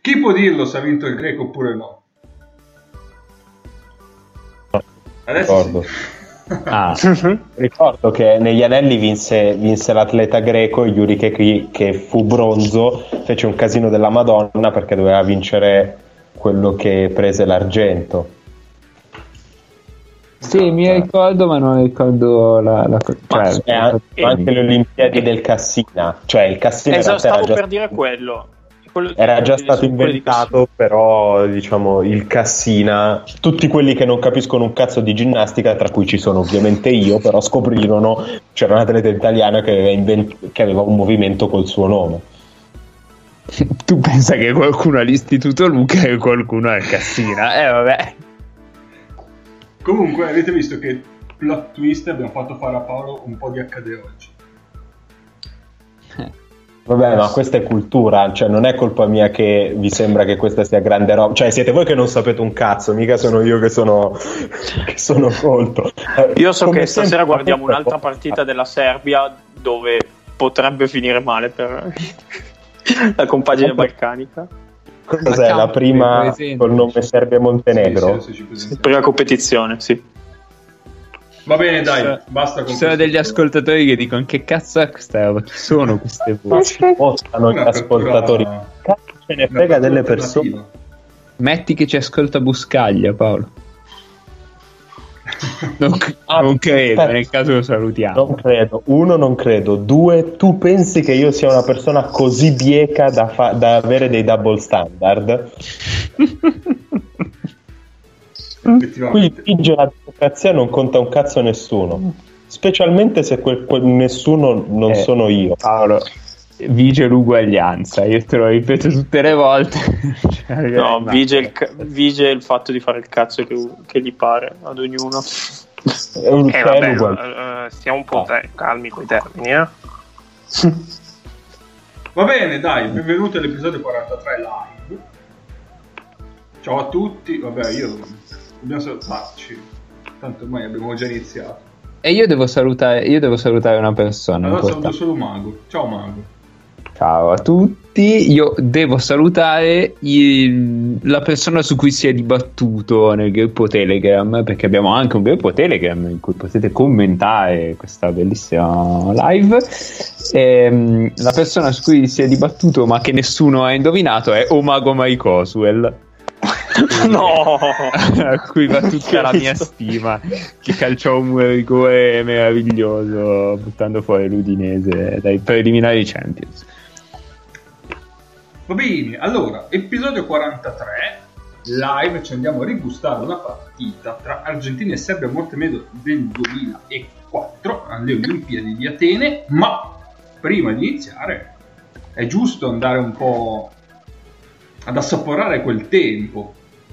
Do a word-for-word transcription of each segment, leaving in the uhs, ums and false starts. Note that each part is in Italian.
Chi può dirlo se ha vinto il greco oppure no? Adesso ricordo. sì. Ah, ricordo che negli anelli vinse, vinse l'atleta greco Yuri Kekri, che fu bronzo, fece un casino della Madonna perché doveva vincere quello che prese l'argento. Sì, mi ricordo, ma non ricordo la, la Ma cioè, è anche, anche le Olimpiadi del Cassina, cioè il Cassina in Esatto, realtà stavo era già, per dire quello. quello era già di- stato quello di inventato, però diciamo il Cassina, tutti quelli che non capiscono un cazzo di ginnastica, tra cui ci sono ovviamente io, però scoprirono c'era un atleta italiano che aveva, invent- che aveva un movimento col suo nome. Tu pensa che qualcuno all'Istituto Luca e qualcuno al Cassina? Eh vabbè. Comunque avete visto che plot twist abbiamo fatto fare a Paolo un po' di acca di oggi. Vabbè, ma questa è cultura, cioè non è colpa mia che vi sembra che questa sia grande roba, cioè siete voi che non sapete un cazzo, mica sono io che sono che sono colto. Io so Come che stasera sempre, guardiamo un'altra partita della Serbia dove potrebbe finire male per la compagine balcanica. Cos'è la prima col nome Serbia-Montenegro? Sì, sì, sì, sì, sì. Prima competizione, sì. Va bene, dai, Ci basta con Ci sono questo. degli ascoltatori che dicono che cazzo è questa roba? Chi sono queste Ma voci? si postano gli Una ascoltatori, apertura- cazzo ce ne una frega apertura delle persone. alternativa. Metti che ci ascolta Buscaglia, Paolo. Non, Ah, non credo, aspetta. nel caso lo salutiamo. Non credo, uno non credo, due tu pensi che io sia una persona così bieca da, fa- da avere dei double standard? Qui Effettivamente. vige la democrazia, non conta un cazzo nessuno, specialmente se quel, quel nessuno non Eh, sono io. Paolo, vige l'uguaglianza, io te lo ripeto tutte le volte. Cioè, No, ma- vige il, ca- vige il fatto di fare il cazzo che, che gli pare ad ognuno. È un Eh è vabbè, uguale. eh, stiamo un po' Ah. te- calmi coi termini, eh. Va bene, dai, benvenuti all'episodio quarantatré live. Ciao a tutti, vabbè, io dobbiamo salutarci, tanto ormai abbiamo già iniziato. E io devo salutare, io devo salutare una persona. Allora saluto importante. solo Mago. Ciao Mago. Ciao a tutti, io devo salutare il- la persona su cui si è dibattuto nel gruppo Telegram, perché abbiamo anche un gruppo Telegram in cui potete commentare questa bellissima live. Ehm, la persona su cui si è dibattuto ma che nessuno ha indovinato è Omago Maikoswell. No! A cui va tutta la mia stima, che calciò un rigore meraviglioso buttando fuori l'Udinese dai preliminari Champions. Va bene, allora, episodio quarantatré, live, ci andiamo a rigustare una partita tra Argentina e Serbia a Montenegro del duemilaquattro alle Olimpiadi di Atene, ma prima di iniziare è giusto andare un po' ad assaporare quel tempo.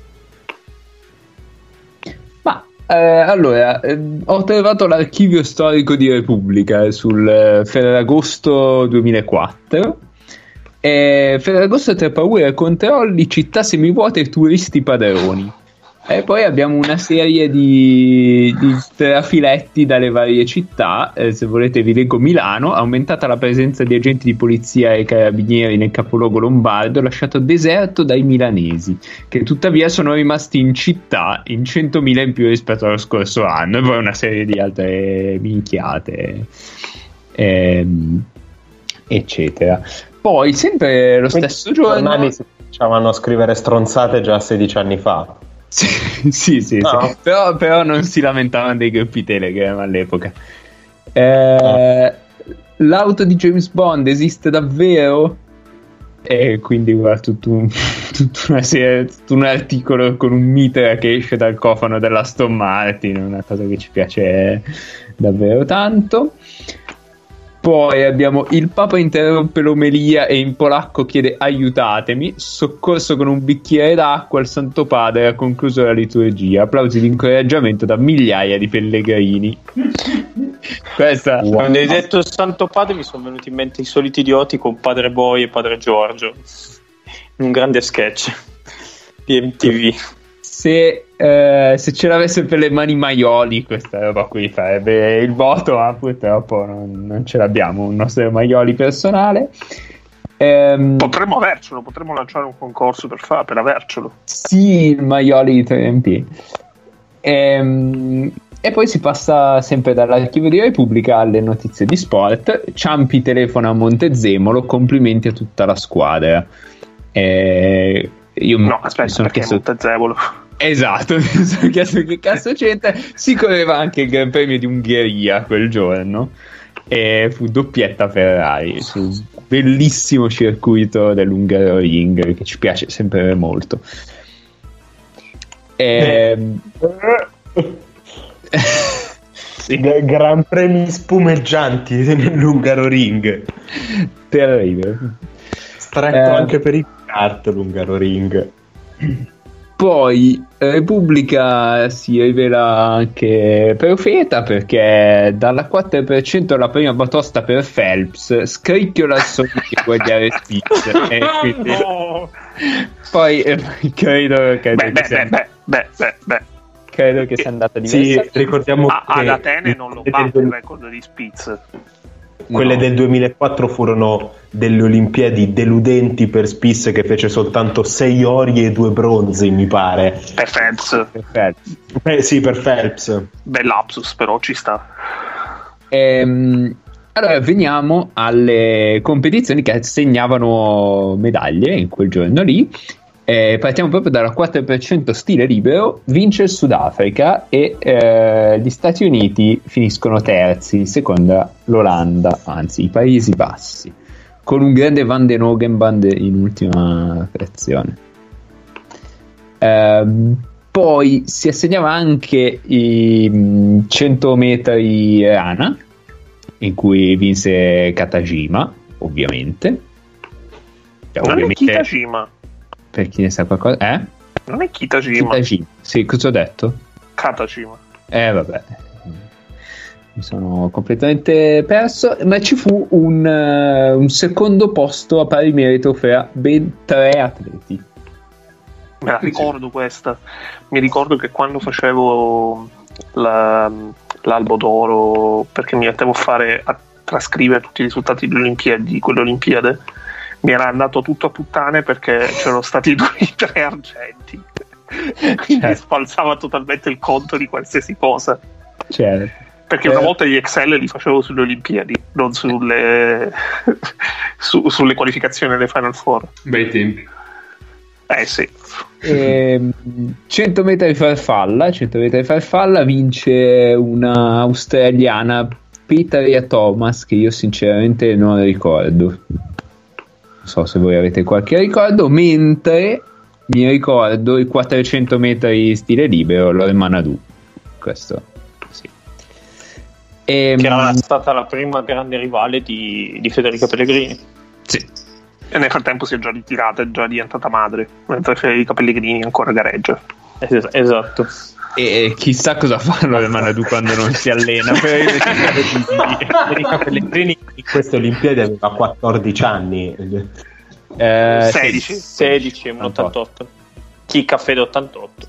Ma eh, allora, eh, ho trovato l'archivio storico di Repubblica eh, sul eh, Ferragosto duemilaquattro. E Ferragosto tra paura e controlli, città semivuote e turisti padroni. E poi abbiamo una serie di, di trafiletti dalle varie città. Eh, se volete vi leggo Milano: aumentata la presenza di agenti di polizia e carabinieri nel capoluogo lombardo, lasciato deserto dai milanesi, che tuttavia sono rimasti in città in centomila in più rispetto allo scorso anno. E poi una serie di altre minchiate, ehm, eccetera. Poi sempre lo Quindi stesso i giorno giornali si cominciavano a scrivere stronzate già sedici anni fa. sì, sì, sì, No. sì. Però, però non si lamentavano dei gruppi Telegram all'epoca. Eh, l'auto di James Bond esiste davvero? E quindi guarda, tutto un, tutta una serie, tutto un articolo con un mitra che esce dal cofano dell'Aston Martin, una cosa che ci piace davvero tanto. Poi abbiamo il Papa interrompe l'omelia e in polacco chiede aiutatemi, soccorso con un bicchiere d'acqua, il Santo Padre ha concluso la liturgia, applausi di incoraggiamento da migliaia di pellegrini. Questa Wow. Quando hai detto il Santo Padre mi sono venuti in mente i soliti idioti con Padre Boy e Padre Giorgio in un grande sketch di M T V. se, eh, se ce l'avesse per le mani Maioli questa roba qui farebbe il voto, ma purtroppo non, non ce l'abbiamo un nostro Maioli personale. Ehm, potremmo avercelo, potremmo lanciare un concorso per, fa- per avercelo. Sì, il maioli di tre M P. Ehm, e poi si passa sempre dall'archivio di Repubblica alle notizie di sport. Ciampi telefona a Montezemolo, complimenti a tutta la squadra. Eh, io no, aspetta, mi sono perché chiesto... Montezemolo? Esatto, mi sono chiesto che cazzo c'entra. Si correva anche il Gran Premio di Ungheria quel giorno e fu doppietta Ferrari sul bellissimo circuito dell'Hungaroring che ci piace sempre molto. E... sì. Gran premi spumeggianti nell'Hungaroring, terribile, stretto eh... anche per i kart l'Hungaroring. Poi Repubblica si rivela anche profeta perché dalla quattro per cento alla prima batosta per Phelps, scricchiola il sogno di guardare Spitz. E quindi... no. Poi eh, credo, credo beh, che beh, sia... beh, beh, beh, beh. credo che sia andata diversa. Sì, ricordiamo a, che ad Atene non lo batte il record di Spitz. Quelle no. del duemilaquattro furono delle Olimpiadi deludenti per Spitz, che fece soltanto sei ori e due bronzi, mi pare. Per Phelps. Per Phelps. Eh, sì, per Phelps. Bel lapsus, però ci sta. Ehm, allora veniamo alle competizioni che assegnavano medaglie in quel giorno lì. Eh, partiamo proprio dalla quattro per cento stile libero. Vince il Sudafrica e eh, gli Stati Uniti finiscono terzi, seconda l'Olanda, anzi i Paesi Bassi, con un grande Van den Hogenband in ultima frazione. Eh, poi si assegnava anche i cento metri rana, in cui vinse Katajima, ovviamente. Cioè, non ovviamente... è Kitajima. Per chi ne sa qualcosa, eh? Non è Kitajima. Kitajima. Sì, cosa ho detto? Katajima. Eh, vabbè. Mi sono completamente perso. Ma ci fu un, uh, un secondo posto a pari merito fra ben tre atleti. Me la ricordo questa. Mi ricordo che quando facevo la, l'albo d'oro, perché mi mettevo a fare a trascrivere tutti i risultati delle Olimpiadi, di quelle Olimpiade, mi era andato tutto a puttane perché c'erano stati due tre argenti, quindi certo. Spalzava totalmente il conto di qualsiasi cosa, certo. Perché eh. una volta gli Excel li facevo sulle Olimpiadi, non sulle su, sulle qualificazioni delle Final Four. Bei tempi. Eh sì. E, cento metri farfalla cento metri farfalla vince una australiana, Peteria Thomas, che io sinceramente non ricordo. Non so se voi avete qualche ricordo, mentre mi ricordo i quattrocento metri stile libero, Lorena Manadou. Questo sì. E, che era stata la prima grande rivale di, di Federica Pellegrini. Sì. E nel frattempo si è già ritirata, è già diventata madre, mentre Federica Pellegrini ancora gareggia. Es- esatto. E chissà cosa fa Lorena Manadou quando non si allena. Federica Pellegrini in queste Olimpiadi aveva quattordici anni. Eh, sedici sedici, un ottantotto. Chicca Fede ottantotto.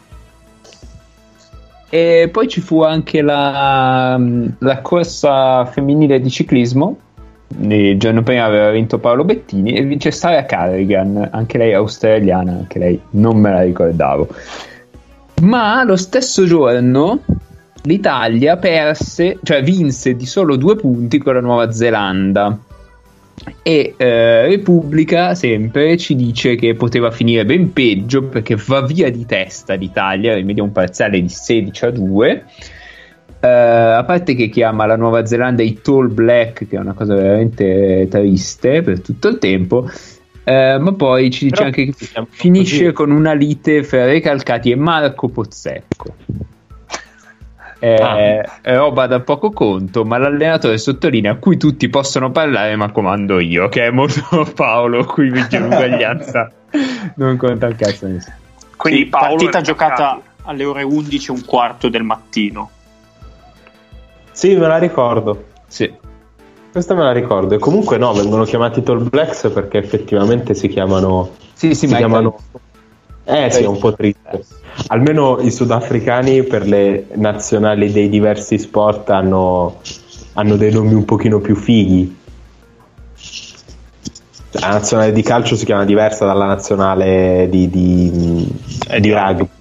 E poi ci fu anche la, la corsa femminile di ciclismo. Il giorno prima aveva vinto Paolo Bettini e vince Sarah Carrigan, anche lei australiana, anche lei non me la ricordavo. Ma lo stesso giorno l'Italia perse, cioè vinse di solo due punti con la Nuova Zelanda. E eh, Repubblica sempre ci dice che poteva finire ben peggio perché va via di testa l'Italia, rimedia un parziale di sedici a due. Uh, a parte che chiama la Nuova Zelanda i Tall Black, che è una cosa veramente triste per tutto il tempo, uh, ma poi ci dice però anche che finisce così con una lite fra Recalcati e Marco Pozzecco. È, ah. è roba da poco conto, ma l'allenatore sottolinea a cui tutti possono parlare ma comando io, che è molto Paolo, qui vince l'uguaglianza non conta un cazzo nessuno. Quindi sì, partita giocata alle ore undici e un quarto del mattino. Sì, me la ricordo. Sì. Questa me la ricordo. E comunque no, vengono chiamati Tall Blacks perché effettivamente si chiamano... Sì, sì, si ma chiamano... Eh sì, è un po' triste. Almeno i sudafricani per le nazionali dei diversi sport hanno, hanno dei nomi un pochino più fighi. La nazionale di calcio si chiama diversa dalla nazionale di, di, È di di rugby.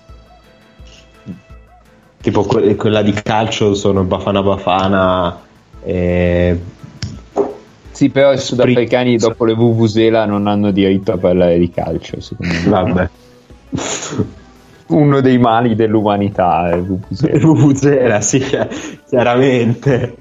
Tipo que- quella di calcio sono Bafana Bafana e... Sì, però i sudafricani dopo le Vuvuzela non hanno diritto a parlare di calcio, secondo me. Vabbè. Uno dei mali dell'umanità è Vuvuzela. Vuvuzela, sì, chiaramente.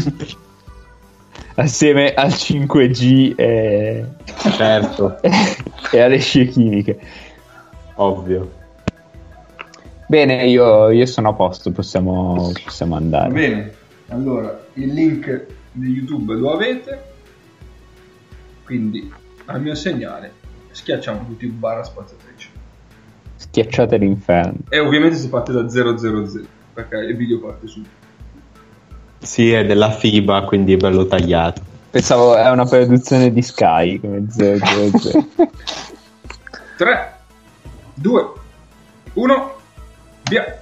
Assieme al cinque G e, Certo, e alle scie chimiche. ovvio. Bene, io, io sono a posto, possiamo, possiamo andare. Va bene, allora il link di YouTube lo avete, quindi al mio segnale schiacciamo tutti barra spaziatrice Schiacciate l'inferno. e ovviamente si parte da zero zero zero perché il video parte subito. Sì, è della FIBA, quindi è bello tagliato. Pensavo è una produzione di Sky come zero zero zero. tre, due, uno, via.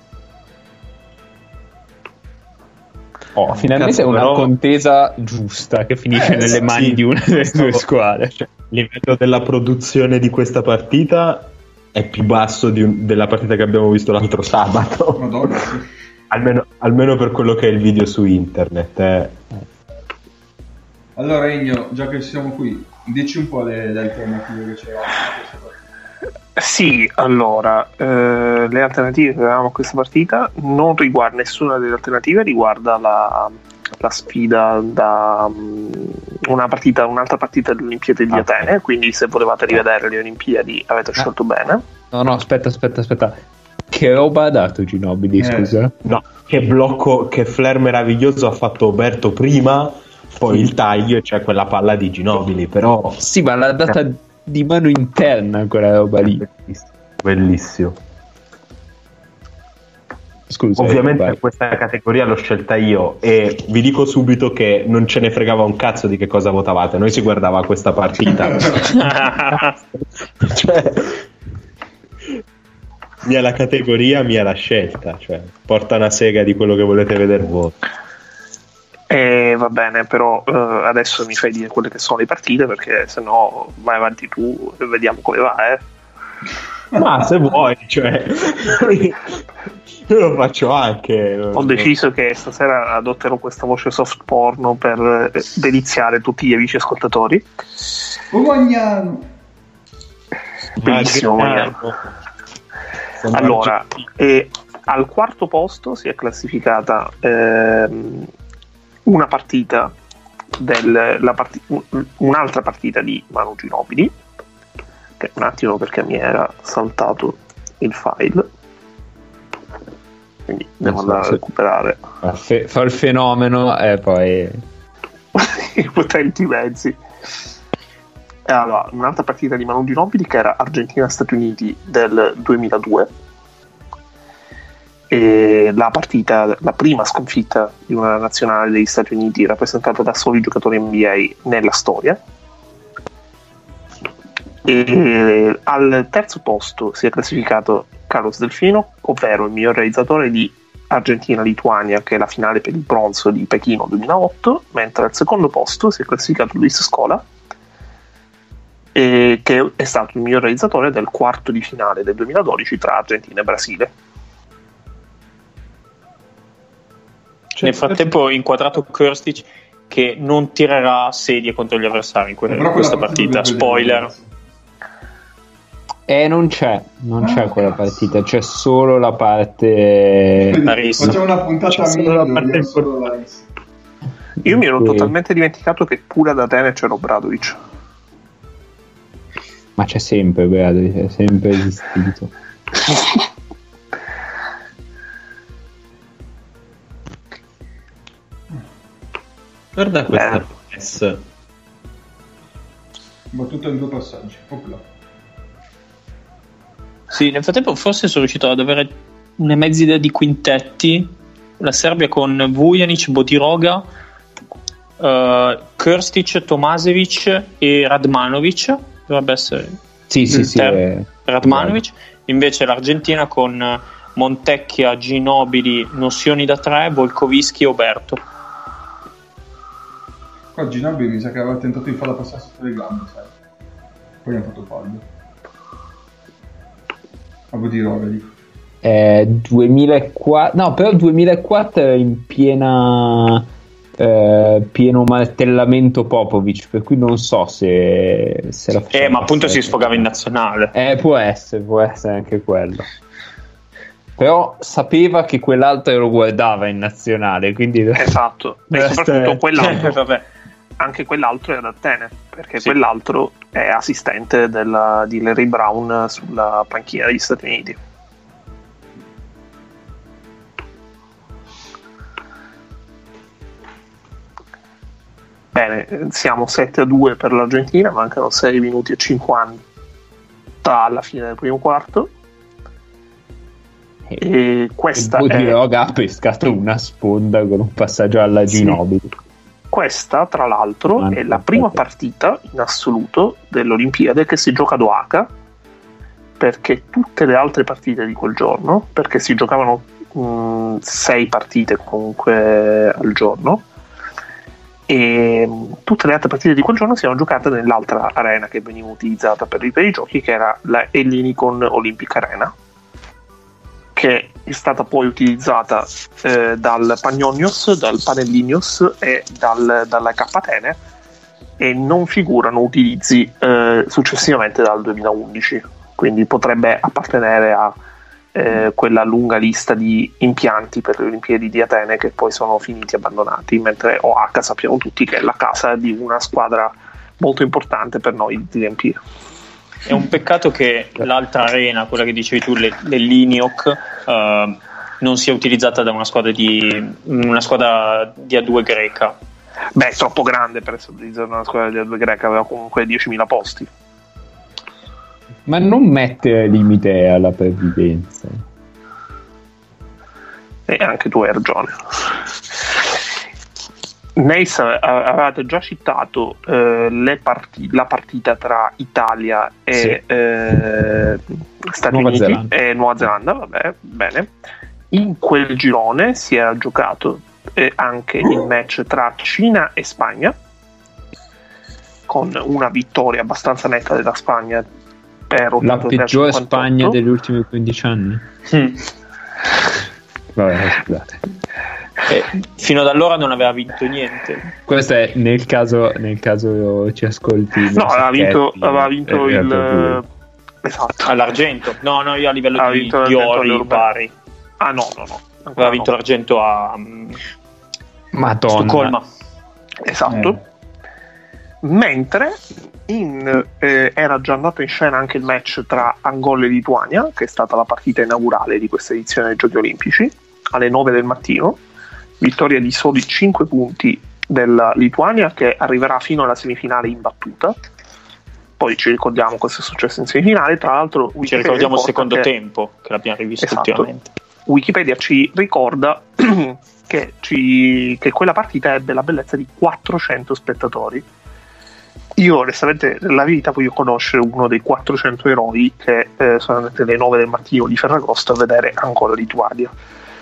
Oh, finalmente Cazzo, è una però- contesa giusta che finisce Eh, nelle sì, mani sì, di una delle stavo- due squadre. Cioè, il livello della produzione di questa partita è più basso di un- della partita che abbiamo visto l'altro sabato. Madonna, sì. almeno, almeno per quello che è il video su internet. eh. Allora Egno, già che siamo qui, dici un po' le, le alternative che c'erano a questa partita. Sì, allora, eh, le alternative che avevamo a questa partita non riguarda nessuna delle alternative, riguarda la, la sfida da um, una partita, un'altra partita delle Olimpiadi di Ah. Atene, quindi se volevate rivedere le Olimpiadi avete scelto bene. No, no, aspetta, aspetta, aspetta. Che roba ha dato Ginobili, Eh. scusa? No, che blocco, che flare meraviglioso ha fatto Oberto prima, poi il taglio e c'è quella palla di Ginobili, però Sì, ma l'ha data di mano interna quella roba lì. bellissimo. bellissimo. Scusa. Ovviamente vai. questa categoria l'ho scelta io e vi dico subito che non ce ne fregava un cazzo di che cosa votavate, noi si guardava questa partita. Cioè, mia la categoria, mia la scelta, cioè porta una sega di quello che volete vedere voi. E va bene, però eh, adesso mi fai dire quelle che sono le partite, perché se no vai avanti tu e vediamo come va, eh. Ma se vuoi, cioè io lo faccio anche. Ho deciso che stasera adotterò questa voce soft porno per eh, deliziare tutti gli amici ascoltatori. Umagnano. Bellissimo, Magnano. Allora, e al quarto posto si è classificata ehm, una partita del, la parti- un'altra partita di Manu Ginobili, che un attimo perché mi era saltato il file, quindi devo andare a recuperare Fa, fe- fa il fenomeno e poi i potenti mezzi. E allora, un'altra partita di Manu Ginobili che era Argentina-Stati Uniti del duemiladue, e la partita, la prima sconfitta di una nazionale degli Stati Uniti rappresentata da soli giocatori N B A nella storia. E al terzo posto si è classificato Carlos Delfino, ovvero il miglior realizzatore di Argentina-Lituania, che è la finale per il bronzo di Pechino duemilaotto, mentre al secondo posto si è classificato Luis Scola, e che è stato il miglior realizzatore del quarto di finale del duemiladodici tra Argentina e Brasile. Nel frattempo ho inquadrato Kirstic che non tirerà sedie contro gli avversari in que- Però questa quella partita. dobbiamo Spoiler. vedere. eh, non c'è, non c'è quella partita, c'è solo la parte. Quindi La rissa. facciamo una puntata C'è a solo la mille, parte vediamo solo la rissa. Io mi ero Sì. totalmente dimenticato che pure ad Atene c'era Obradovic. Ma c'è sempre, guarda, è sempre esistito. Guarda questa Beh. press. Battuta in due passaggi. Opla. Sì, nel frattempo forse sono riuscito ad avere una mezza idea di quintetti. La Serbia con Vujanic, Bodiroga, uh, Kirstic, Tomasevic e Radmanovic. Dovrebbe essere Sì, sì, il sì. ter- è- Radmanovic. Invece l'Argentina con Montecchia, Ginobili, Nossioni da tre, Volkovski e Oberto. Qua Ginobili mi sa che aveva tentato di farla passare sotto le gambe, sai. Poi hanno fatto fallo. A Bodiroga dico. Eh, duemilaquattro no, però duemilaquattro era in piena eh, pieno martellamento Popovic, per cui non so se, se la eh, ma appunto si sfogava in nazionale. Eh, può essere, può essere anche quello. Però sapeva che quell'altro lo guardava in nazionale, quindi esatto, e soprattutto quell'altro vabbè. Anche quell'altro è ad Atene, perché sì. quell'altro è assistente della, di Larry Brown sulla panchina degli Stati Uniti. Bene, siamo sette a due per l'Argentina, mancano sei minuti e cinquanta alla fine del primo quarto. E questa il è... Bodiroga ha pescato una sponda con un passaggio alla Ginobili. Sì. Questa, tra l'altro, ah, è la prima partita in assoluto dell'Olimpiade che si gioca a Doha, perché tutte le altre partite di quel giorno, perché si giocavano mh, sei partite comunque al giorno, e tutte le altre partite di quel giorno si erano giocate nell'altra arena che veniva utilizzata per i, per i giochi, che era la Ellinikon Olympic Arena, che è stata poi utilizzata eh, dal Panionios, dal Panellinios e dal, dalla K Atene, e non figurano utilizzi eh, successivamente dal duemilaundici, quindi potrebbe appartenere a eh, quella lunga lista di impianti per le Olimpiadi di Atene che poi sono finiti abbandonati, mentre O H sappiamo tutti che è la casa di una squadra molto importante per noi di riempire. È un peccato che l'altra arena, quella che dicevi tu, l'Eliniok, uh, non sia utilizzata da una squadra di una squadra di A due greca. Beh, è troppo grande per essere utilizzata da una squadra di A due greca, aveva comunque diecimila posti. Ma non mette limite alla previdenza. E anche tu hai ragione. Neis, avevate già citato eh, le parti- la partita tra Italia e sì. eh, Stati Nuova Uniti Zelanda. e Nuova Zelanda, vabbè, bene. In quel girone si era giocato eh, anche il match tra Cina e Spagna, con una vittoria abbastanza netta della Spagna per la ottantatré a peggiore cinquantotto. Spagna degli ultimi quindici anni. Mm. Vabbè, scusate. Eh, fino ad allora non aveva vinto niente. Questo è nel caso, nel caso ci ascolti. No, aveva vinto, aveva vinto eh, il esatto all'argento. No, no, io a livello aveva di, vinto di ori pari. Ah no, no, no. Aveva vinto no. l'argento a um, Madonna. Stoccolma. Esatto. Eh. Mentre in, eh, era già andato in scena anche il match tra Angola e Lituania, che è stata la partita inaugurale di questa edizione dei Giochi Olimpici, alle nove del mattino. Vittoria di soli cinque punti della Lituania, che arriverà fino alla semifinale imbattuta. Poi ci ricordiamo cosa è successo in semifinale. Tra l'altro Wikipedia ci ricordiamo il secondo che... tempo, che l'abbiamo rivisto esatto. ultimamente. Wikipedia ci ricorda che, ci... che quella partita ebbe la bellezza di quattrocento spettatori. Io onestamente nella vita voglio conoscere uno dei quattrocento eroi che eh, sono andati alle nove del mattino di Ferragosto a vedere ancora Lituania.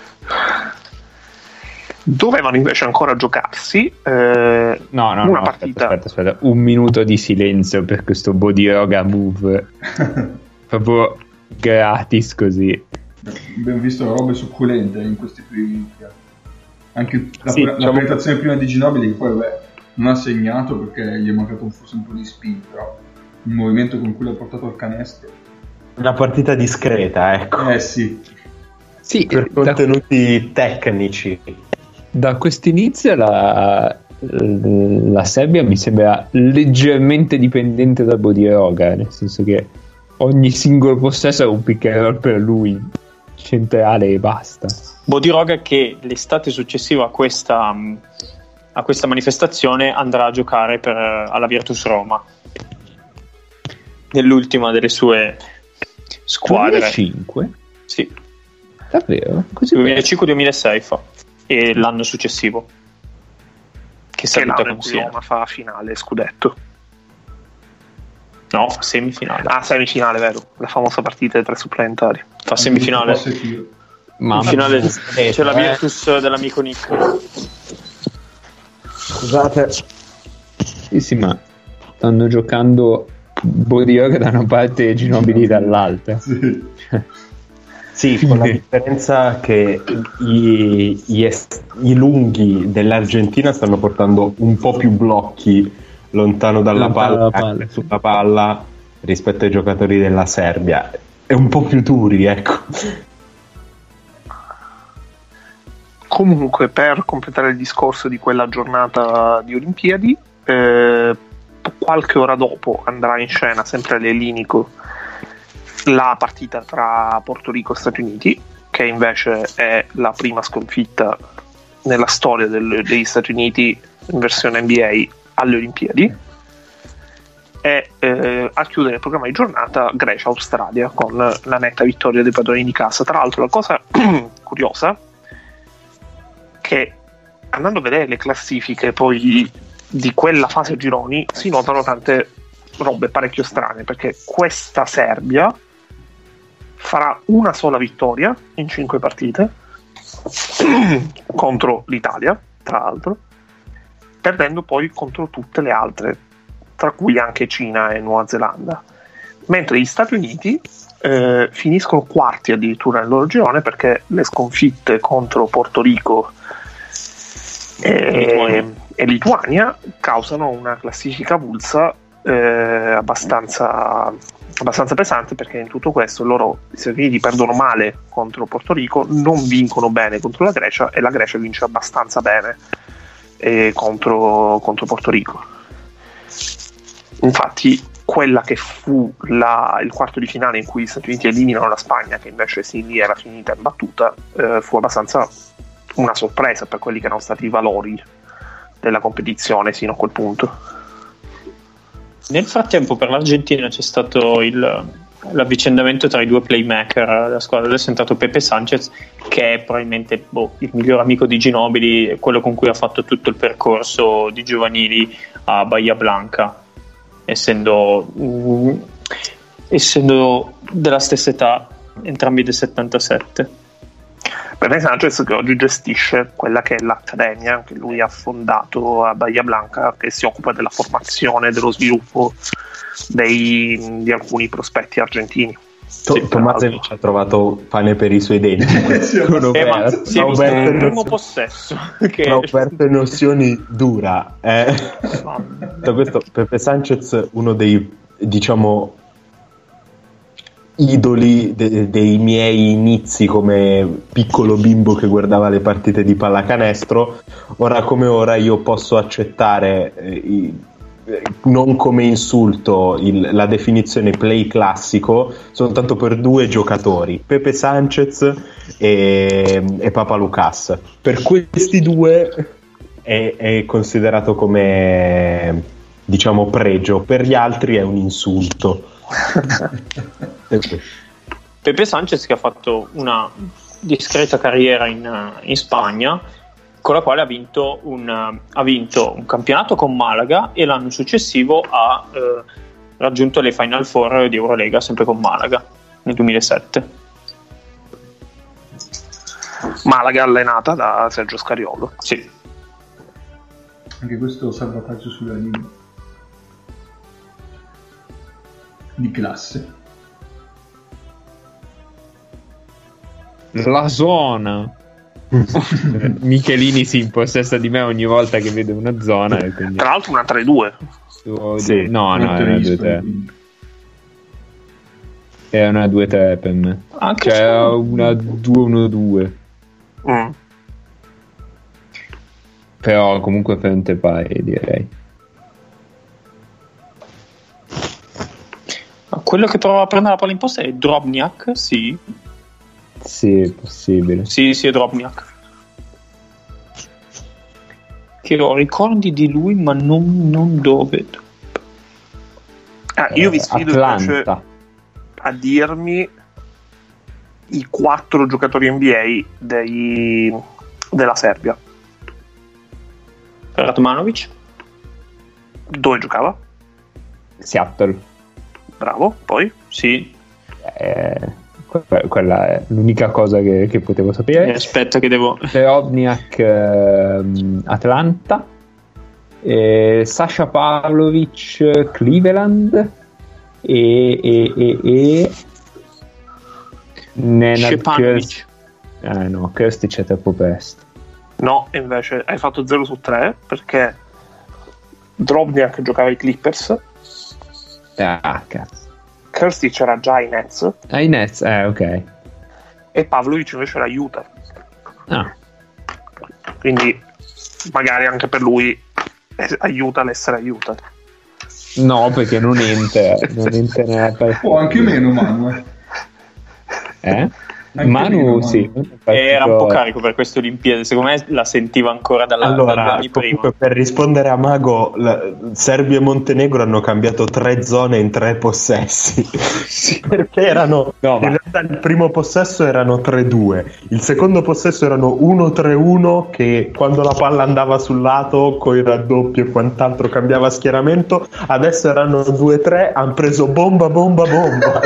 Dovevano invece ancora giocarsi eh, no, no, una no, partita. Aspetta, aspetta, aspetta, un minuto di silenzio per questo Bodiroga move proprio gratis così. Abbiamo visto robe succulente in questi primi. Anche la, sì, la diciamo... presentazione prima di Ginobili, che poi vabbè, non ha segnato perché gli è mancato un, forse un po' di spin, però il movimento con cui l'ha portato al canestro. Una partita discreta, ecco. Eh sì. Sì, per contenuti da... tecnici. Da quest'inizio la, la Serbia mi sembra leggermente dipendente da Bodiroga, nel senso che ogni singolo possesso è un pick and roll per lui, centrale e basta. Bodiroga che l'estate successiva a questa, a questa manifestazione andrà a giocare per, alla Virtus Roma, nell'ultima delle sue squadre. duemilacinque? Sì. Davvero? Così duemilacinque duemilasei fa. E l'anno successivo che saluta con Siena. Roma fa finale scudetto. No, fa semifinale. Ah, semifinale, vero, la famosa partita dei tre supplementari. Fa semifinale. Ma in finale c'è la Virtus dell'amico Nick. Scusate. Sì, sì, ma stanno giocando Bodiroga da una parte e Ginobili dall'altra. Sì, sì, con la differenza che i, i, est- i lunghi dell'Argentina stanno portando un po' più blocchi lontano dalla Lontano palla, dalla palla, anche sulla palla rispetto ai giocatori della Serbia. È un po' più duri, ecco. Comunque, per completare il discorso di quella giornata di Olimpiadi, eh, qualche ora dopo andrà in scena, sempre all'Elinico, la partita tra Porto Rico e Stati Uniti, che invece è la prima sconfitta nella storia del, degli Stati Uniti in versione N B A alle Olimpiadi. E eh, a chiudere il programma di giornata Grecia-Australia con la netta vittoria dei padroni di casa. Tra l'altro, la cosa curiosa che, andando a vedere le classifiche poi di quella fase gironi, si notano tante robe parecchio strane, perché questa Serbia farà una sola vittoria in cinque partite contro l'Italia, tra l'altro, perdendo poi contro tutte le altre, tra cui anche Cina e Nuova Zelanda, mentre gli Stati Uniti eh, finiscono quarti addirittura nel loro girone, perché le sconfitte contro Porto Rico e Lituania, e Lituania causano una classifica avulsa eh, abbastanza abbastanza pesante, perché in tutto questo loro, i Stati Uniti, perdono male contro Porto Rico, non vincono bene contro la Grecia, e la Grecia vince abbastanza bene eh, contro, contro Porto Rico. Infatti quella che fu la, il quarto di finale in cui gli Stati Uniti eliminano la Spagna, che invece sì, lì era finita in battuta, eh, fu abbastanza una sorpresa per quelli che erano stati i valori della competizione sino a quel punto. Nel frattempo per l'Argentina c'è stato il, l'avvicendamento tra i due playmaker della squadra. Adesso è entrato Pepe Sanchez, che è probabilmente boh, il miglior amico di Ginobili, quello con cui ha fatto tutto il percorso di giovanili a Bahia Blanca, essendo, mm, essendo della stessa età, entrambi del settantasette. Pepe Sanchez, che oggi gestisce quella che è l'accademia che lui ha fondato a Bahia Blanca, che si occupa della formazione e dello sviluppo dei, di alcuni prospetti argentini. To- sì, Tomasevic ha trovato pane per i suoi denti. Con eh, ma si è visto il primo possesso che Roberto nozioni dura eh. Da questo Pepe Sanchez, uno dei, diciamo, idoli de- dei miei inizi come piccolo bimbo che guardava le partite di pallacanestro. Ora come ora io posso accettare eh, i, non come insulto il, la definizione play classico soltanto per due giocatori, Pepe Sanchez e, e Papa Lucas. Per questi due è, è considerato come, diciamo, pregio, per gli altri è un insulto. Pepe Sanchez, che ha fatto una discreta carriera in, in Spagna, con la quale ha vinto un, ha vinto un campionato con Malaga, e l'anno successivo ha eh, raggiunto le Final Four di Eurolega sempre con Malaga nel duemilasette. Malaga allenata da Sergio Scariolo. Sì. Anche questo salvataggio sulla linea di classe. La zona. Michelini si impossessa di me ogni volta che vede una zona, e quindi... Tra l'altro una tre due. Sì. No, no, è una due tre. È una due tre per me. Anche cioè su... una due uno due. Mm. Però comunque frente pari, direi. Quello che prova a prendere la palla in posta è Drobniak, sì. Sì, è possibile. Sì, sì, è Drobniak. Che ho ricordi di lui, ma non, non dove. Ah, io vi sfido invece a dirmi i quattro giocatori N B A dei, della Serbia. Radmanovic. Dove giocava? Seattle. Bravo, poi? Sì. Eh, quella è l'unica cosa che, che potevo sapere. Eh, aspetta che devo... Drobniak, eh, Atlanta. eh, Sasha Pavlovic Cleveland e, e, e, e Nenad Kirst. Ah no, Kirstic è troppo presto. No, invece hai fatto zero su tre perché Drobniak giocava ai Clippers. Ah, cazzo. Kirstic era già ai Nets. Ai Nets, eh, ok. E Pavlovic invece era Utah. Ah. Quindi magari anche per lui aiuta l'essere aiuta. No, perché non Inter, non Inter ne è o anche meno Manu. Eh? Anche Manu meno, sì, Manu. Era un po' carico per queste Olimpiadi, secondo me la sentiva ancora dalla, allora, dagli anni prima. Per rispondere a Mago, la, Serbia e Montenegro hanno cambiato tre zone in tre possessi. Sì. Perché erano no, in ma... realtà il primo possesso erano tre due, il secondo possesso erano uno tre uno, che quando la palla andava sul lato con il raddoppio e quant'altro cambiava schieramento. Adesso erano due tre, hanno preso bomba bomba bomba.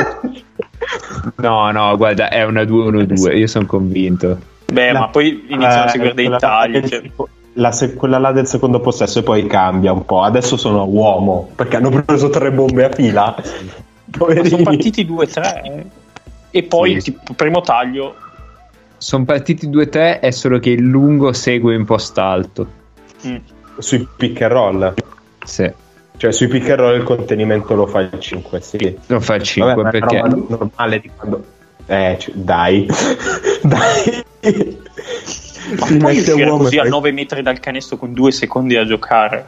No, no, guarda, è una due uno due, io sono convinto. Beh, la, ma poi iniziano eh, a seguire dei tagli. Del, Cioè... la, quella là del secondo possesso e poi cambia un po'. Adesso sono uomo perché hanno preso tre bombe a fila. Ma sono partiti due tre e poi sì. tipo, primo taglio. Sono partiti due tre, è solo che il lungo segue in post alto. Mm. Sui pick and roll. Sì. Cioè sui pick and roll il contenimento lo fa il cinque, sì. Lo fa il cinque. Vabbè, perché è normale di quando eh c- dai. Dai. Ma si puoi uscire così a nove metri dal canestro con due secondi a giocare?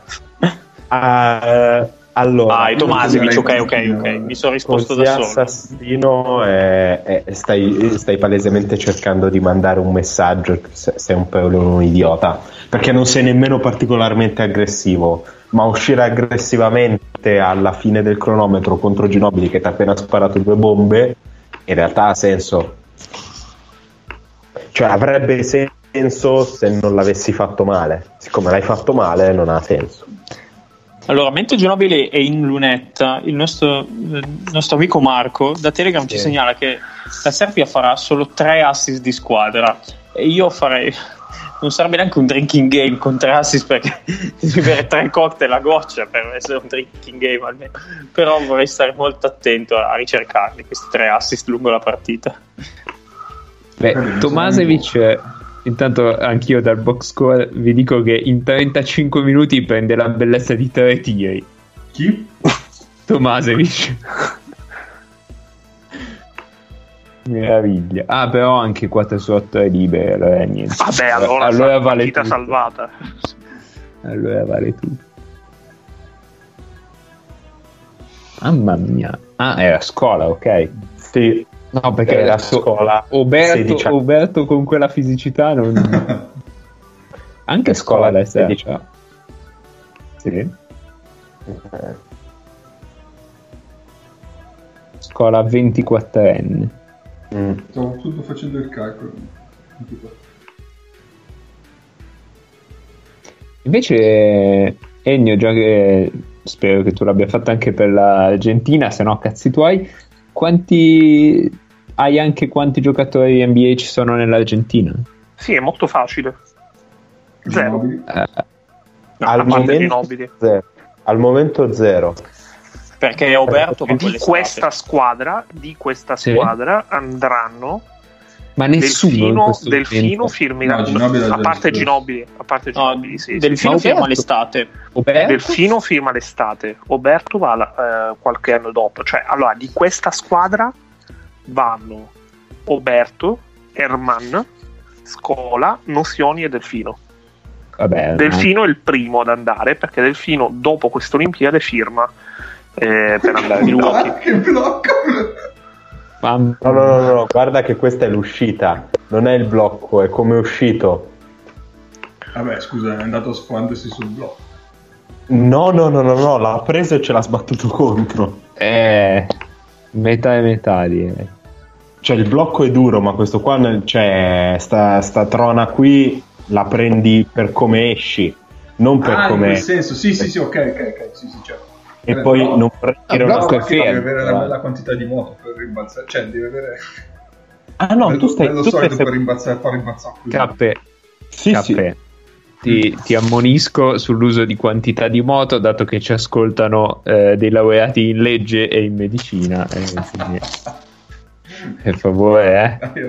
Uh, allora ah, Tomasevic, ok, ok, ok, mi sono risposto da solo. Assassino, è, è, stai, stai palesemente cercando di mandare un messaggio, sei un po' un idiota, perché non sei nemmeno particolarmente aggressivo, ma uscire aggressivamente alla fine del cronometro contro Ginobili che ti ha appena sparato due bombe in realtà ha senso, cioè avrebbe senso se non l'avessi fatto male, siccome l'hai fatto male non ha senso. Allora, mentre Ginobili è in lunetta, il nostro, il nostro amico Marco da Telegram sì. ci segnala che la Serbia farà solo tre assist di squadra e io farei, non sarebbe neanche un drinking game con tre assist perché devi bere tre cocktail a goccia per essere un drinking game almeno, però vorrei stare molto attento a ricercarli questi tre assist lungo la partita. Beh, Tomasevic, intanto anch'io dal box score vi dico che in trentacinque minuti prende la bellezza di tre tiri. Chi? Tomasevic. Meraviglia. Ah, però anche quattro su otto è libero, allora niente. Vabbè, allora, allora vale partita tutto. salvata. Allora vale tutto. Mamma mia. Ah, era scuola, ok. Sì. No, perché la scuola Oberto, Oberto con quella fisicità non... anche scuola la sedici. Sì. Okay. Scuola ventiquattrenne. Mm. Stavo tutto facendo il calcolo. Invece Ennio, già che spero che tu l'abbia fatto anche per l'Argentina, se no cazzi tuoi, quanti hai anche quanti giocatori N B A ci sono nell'Argentina? Sì, è molto facile. Zero. Ginobili. Eh, no, al, momento zero. al momento zero. Perché è Oberto di questa squadra, di questa sì. squadra andranno ma nessuno Delfino, Delfino firmerà no, a parte Ginobili, a parte Ginobili, no, sì, Delfino sì. firma l'estate. Oberto? Delfino firma l'estate, Oberto va la, eh, qualche anno dopo. Cioè, allora, di questa squadra vanno Oberto, Herman, Scola, Nocioni e Delfino. Vabbè, Delfino è il primo ad andare perché Delfino dopo questa Olimpiade firma eh, per andare a Milwaukee. Che blocco! No, no, no, no, guarda che questa è l'uscita, non è il blocco, è come è uscito. Vabbè, scusa, è andato a sfondersi sul blocco. No, no, no, no, no, l'ha preso e ce l'ha sbattuto contro. Eh, metà e metà direi. Cioè il blocco è duro, ma questo qua, cioè, sta, sta trona qui la prendi per come esci, non per ah, come... in quel senso, sì, sì, sì, ok, ok, ok, sì, sì, certo. E eh, poi no. non prendere una blocco fermo, deve avere una bella quantità di moto per rimbalzare, cioè deve avere... Ah no, bello, tu stai... bello tu solido stai... per rimbalzare, far rimbalzare. Cappe. Sì, Cappe. sì. Ti, ti ammonisco sull'uso di quantità di moto, dato che ci ascoltano eh, dei laureati in legge e in medicina. Eh, quindi, per favore, eh.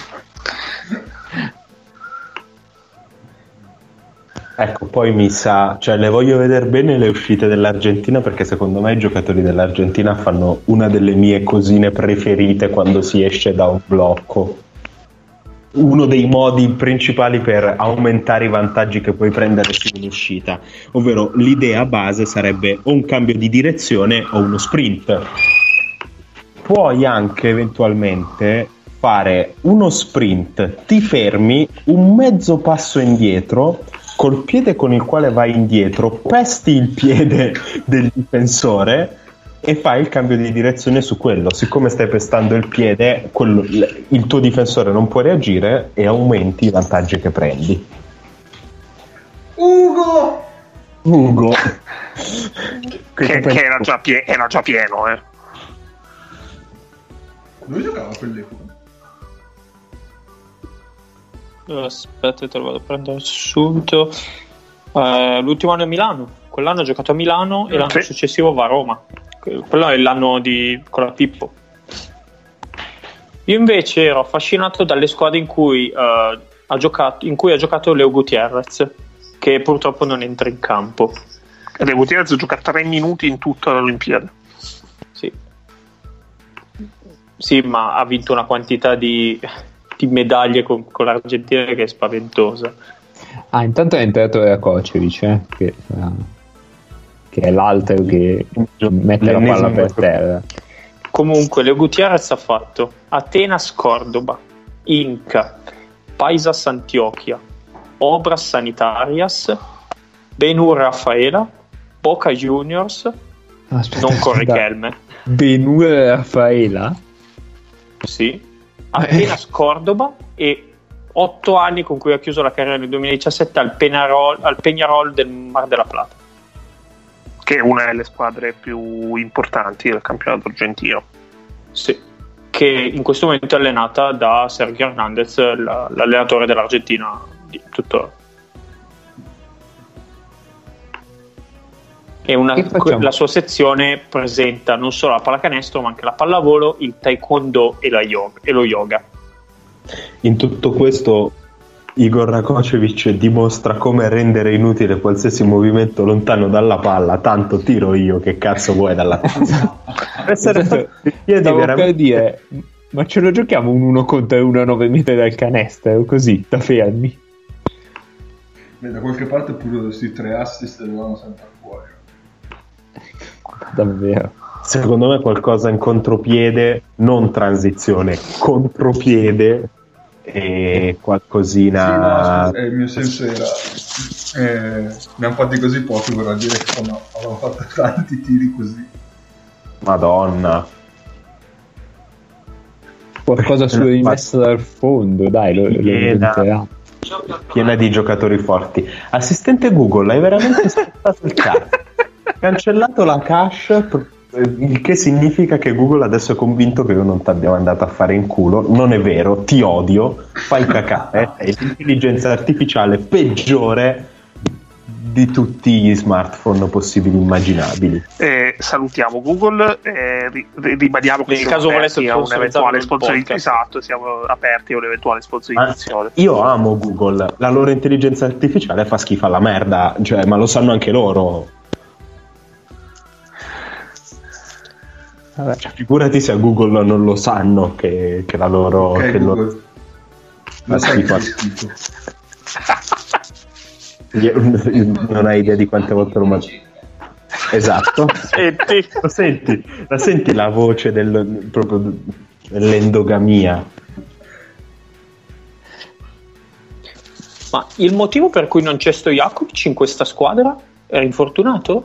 Ecco, poi mi sa, cioè le voglio vedere bene le uscite dell'Argentina, perché secondo me i giocatori dell'Argentina fanno una delle mie cosine preferite quando si esce da un blocco. Uno dei modi principali per aumentare i vantaggi che puoi prendere su un'uscita, ovvero l'idea base sarebbe o un cambio di direzione o uno sprint. Puoi anche eventualmente fare uno sprint, ti fermi un mezzo passo indietro, col piede con il quale vai indietro pesti il piede del difensore e fai il cambio di direzione su quello. Siccome stai pestando il piede, quello, il tuo difensore non può reagire e aumenti i vantaggi che prendi. Ugo! Ugo! che, che era, già pie- era già pieno, eh. Lui giocava a quell'epoca. Aspetta, te lo vado a prendere subito. Uh, l'ultimo anno a Milano, quell'anno ha giocato a Milano e l'anno sì. successivo va a Roma. Quello è l'anno di con la Pippo. Io invece ero affascinato dalle squadre in cui, uh, ha giocato, in cui ha giocato Leo Gutierrez, che purtroppo non entra in campo. Leo Gutierrez gioca tre minuti in tutta l'Olimpiade. Sì. Sì, ma ha vinto una quantità di di medaglie con, con l'Argentina che è spaventosa. Ah, intanto è entrato Rakocevic, eh, che, uh, che è l'altro che mette la palla per terra. Comunque Leo Gutierrez ha fatto Atenas Cordoba, Inca, Paisas Antioquia, Obras Sanitarias, Benur Rafaela, Boca Juniors, Aspetta, non con Riquelme. Benur Rafaela? Sì. Atenas Cordoba e otto anni con cui ha chiuso la carriera nel duemiladiciassette al, Penarol, al Peñarol del Mar della Plata, che è una delle squadre più importanti del campionato argentino. Sì, che in questo momento è allenata da Sergio Hernandez, la, l'allenatore dell'Argentina di tuttora. E una, la sua sezione presenta non solo la pallacanestro ma anche la pallavolo, il taekwondo e, la yoga, e lo yoga. In tutto questo Igor Rakocevic dimostra come rendere inutile qualsiasi movimento lontano dalla palla, tanto tiro io, che cazzo vuoi dalla palla. Stavo veramente... per dire, ma ce lo giochiamo un uno contro uno a nove metri dal canestro, così, da fermi? Beh, da qualche parte pure questi tre assist dovevano sempre fuori. Davvero. Secondo me qualcosa in contropiede, non transizione, contropiede e qualcosina. Sì, no, scusa, eh, il mio senso era eh, ne hanno fatti così pochi, vorrà dire che fanno, avevano fatto tanti tiri così. Madonna. Qualcosa sulle rimesse dal fondo, dai, lo, lo piena di giocatori forti. Assistente Google, hai veramente scattato il cazzo. Cancellato la cache, il che significa che Google adesso è convinto che io non ti abbia mandato a fare in culo. Non è vero, ti odio, fai cacare, è l'intelligenza artificiale peggiore di tutti gli smartphone possibili e immaginabili. Eh, salutiamo Google e ri- ribadiamo che nel caso volesse sia un'eventuale sponsorizzazione, esatto, siamo aperti a un'eventuale sponsorizzazione. Ah, io amo Google, la loro intelligenza artificiale fa schifo alla merda, cioè, ma lo sanno anche loro. Cioè, figurati se a Google non lo sanno che, che la loro okay, che Google. Loro... Ma sai che schifo. Non hai idea di quante volte lo mangio. Esatto. Senti. Lo senti, la senti la voce del, proprio dell'endogamia. Ma il motivo per cui non c'è Stojakovic in questa squadra? Era infortunato?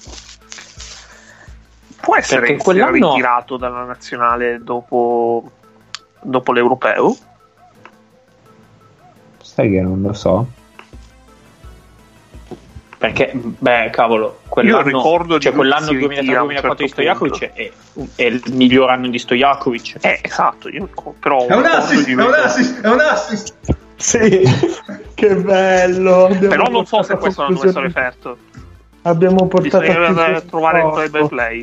Può essere Perché che sia quell'anno... ritirato dalla nazionale dopo, dopo l'europeo? Sai che non lo so. Perché, beh, cavolo, quell'anno, io ricordo cioè di quell'anno lui duemilatré duemilaquattro certo di Stojakovic è, è il miglior anno di Stojakovic. Eh, esatto, io però è un assist, è un assist, è un assist. Sì, Che bello! Però non so se questo è un nuovo referto. Abbiamo portato a, a trovare il play by play.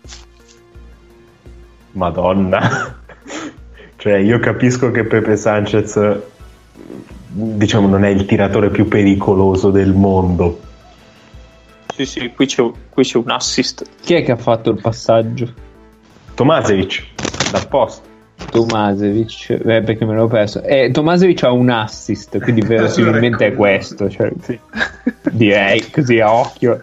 Madonna. Cioè, io capisco che Pepe Sanchez, diciamo, non è il tiratore più pericoloso del mondo. Sì, sì, qui c'è, qui c'è un assist. Chi è che ha fatto il passaggio? Tomasevic, dal posto. Tomasevic, eh, perché me l'ho perso. Eh, Tomasevic ha un assist, quindi verosimilmente è questo. Cioè, sì. Direi così a occhio.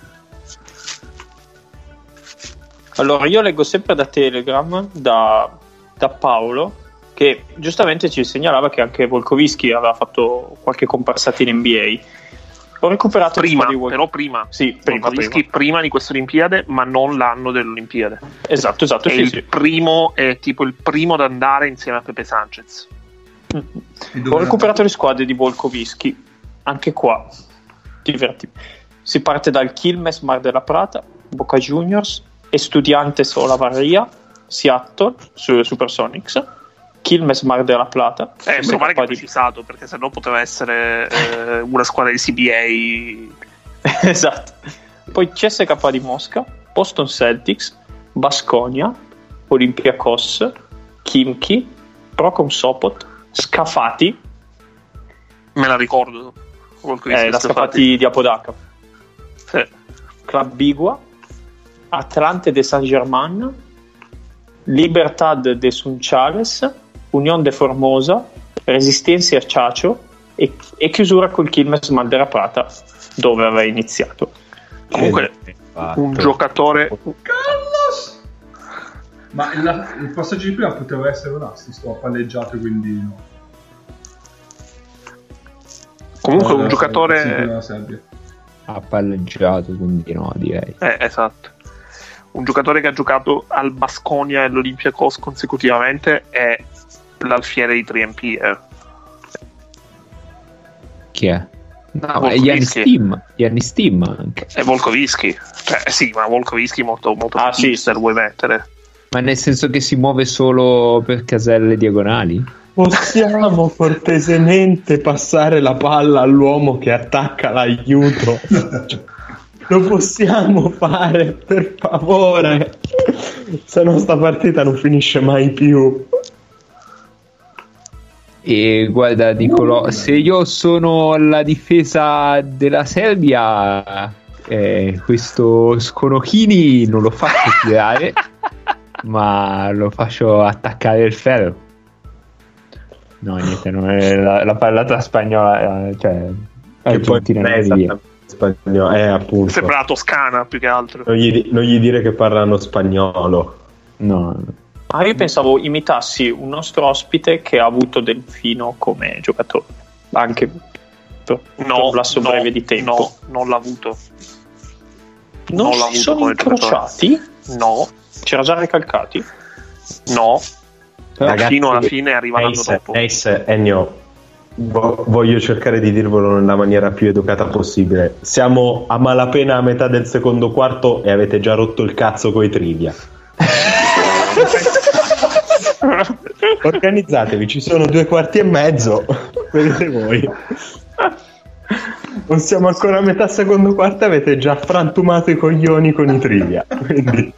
Allora, io leggo sempre da Telegram, da, da Paolo, che giustamente ci segnalava che anche Volkovitsky aveva fatto qualche comparsata in N B A. Ho recuperato prima, di Vol- però prima. Sì, prima, prima. prima di questa Olimpiade, ma non l'anno dell'Olimpiade. Esatto, esatto. È sì, il sì. primo, è tipo il primo ad andare insieme a Pepe Sanchez. Mm-hmm. Ho recuperato le squadre di Volkovitsky, anche qua divertimi. Si parte dal Quilmes Mar della Plata, Boca Juniors, Estudiantes Olavarria, Seattle su Supersonics, Quilmes Mar della Plata. Eh, meno male che è precisato, perché sennò poteva essere eh, una squadra di C B A. Esatto. Poi C S K di Mosca, Boston Celtics, Baskonia, Olympiakos, Khimki, Prokom Sopot, Scafati. Me la ricordo. Eh, la Scafati di Apodaca. Sì. Club Bigua, Atlante de Saint-Germain, Libertad de Sunchales, Unión de Formosa, Resistencia Chacho e, e chiusura col Quilmes Mar della Plata, dove aveva iniziato. Comunque un giocatore. Carlos! Ma il, il passaggio di prima poteva essere un assist, ho palleggiato, quindi no. Comunque no, un giocatore ha palleggiato, quindi no, direi. Eh, esatto. Un giocatore che ha giocato al Baskonia e all'Olympiakos consecutivamente è l'alfiere di Trempier. Chi è? No, ma Giannis Steam, Giannis Steam anche. È Volkovitsky. Cioè, sì, ma Volkovitsky molto, molto ah, sì, se lo vuoi mettere. Ma nel senso che si muove solo per caselle diagonali? Possiamo cortesemente passare la palla all'uomo che attacca l'aiuto? Lo possiamo fare, per favore? Se no sta partita non finisce mai più. E guarda Nicolò, se io sono la difesa della Serbia, eh, questo Sconocchini non lo faccio tirare, ma lo faccio attaccare il ferro. No, niente, non è la, la parlata spagnola, cioè argentina non è via. Spagnolo, eh, appunto. Sembra la toscana più che altro. Non gli, non gli dire che parlano spagnolo. No. Ah, io pensavo imitassi un nostro ospite che ha avuto Delfino come giocatore, anche per, no, per un lasso no, breve di tempo. No, non l'ha avuto. Non, non si l'ha sono avuto incrociati? Giocatore. No. C'era già Recalcati? No. Ragazzi, fino alla fine arriva l'anno dopo. Ace, Ennio, vo- voglio cercare di dirvelo nella maniera più educata possibile. Siamo a malapena a metà del secondo quarto e avete già rotto il cazzo coi trivia. Organizzatevi, ci sono due quarti e mezzo, vedete voi. Non siamo ancora a metà secondo quarto e avete già frantumato i coglioni con i trivia. Quindi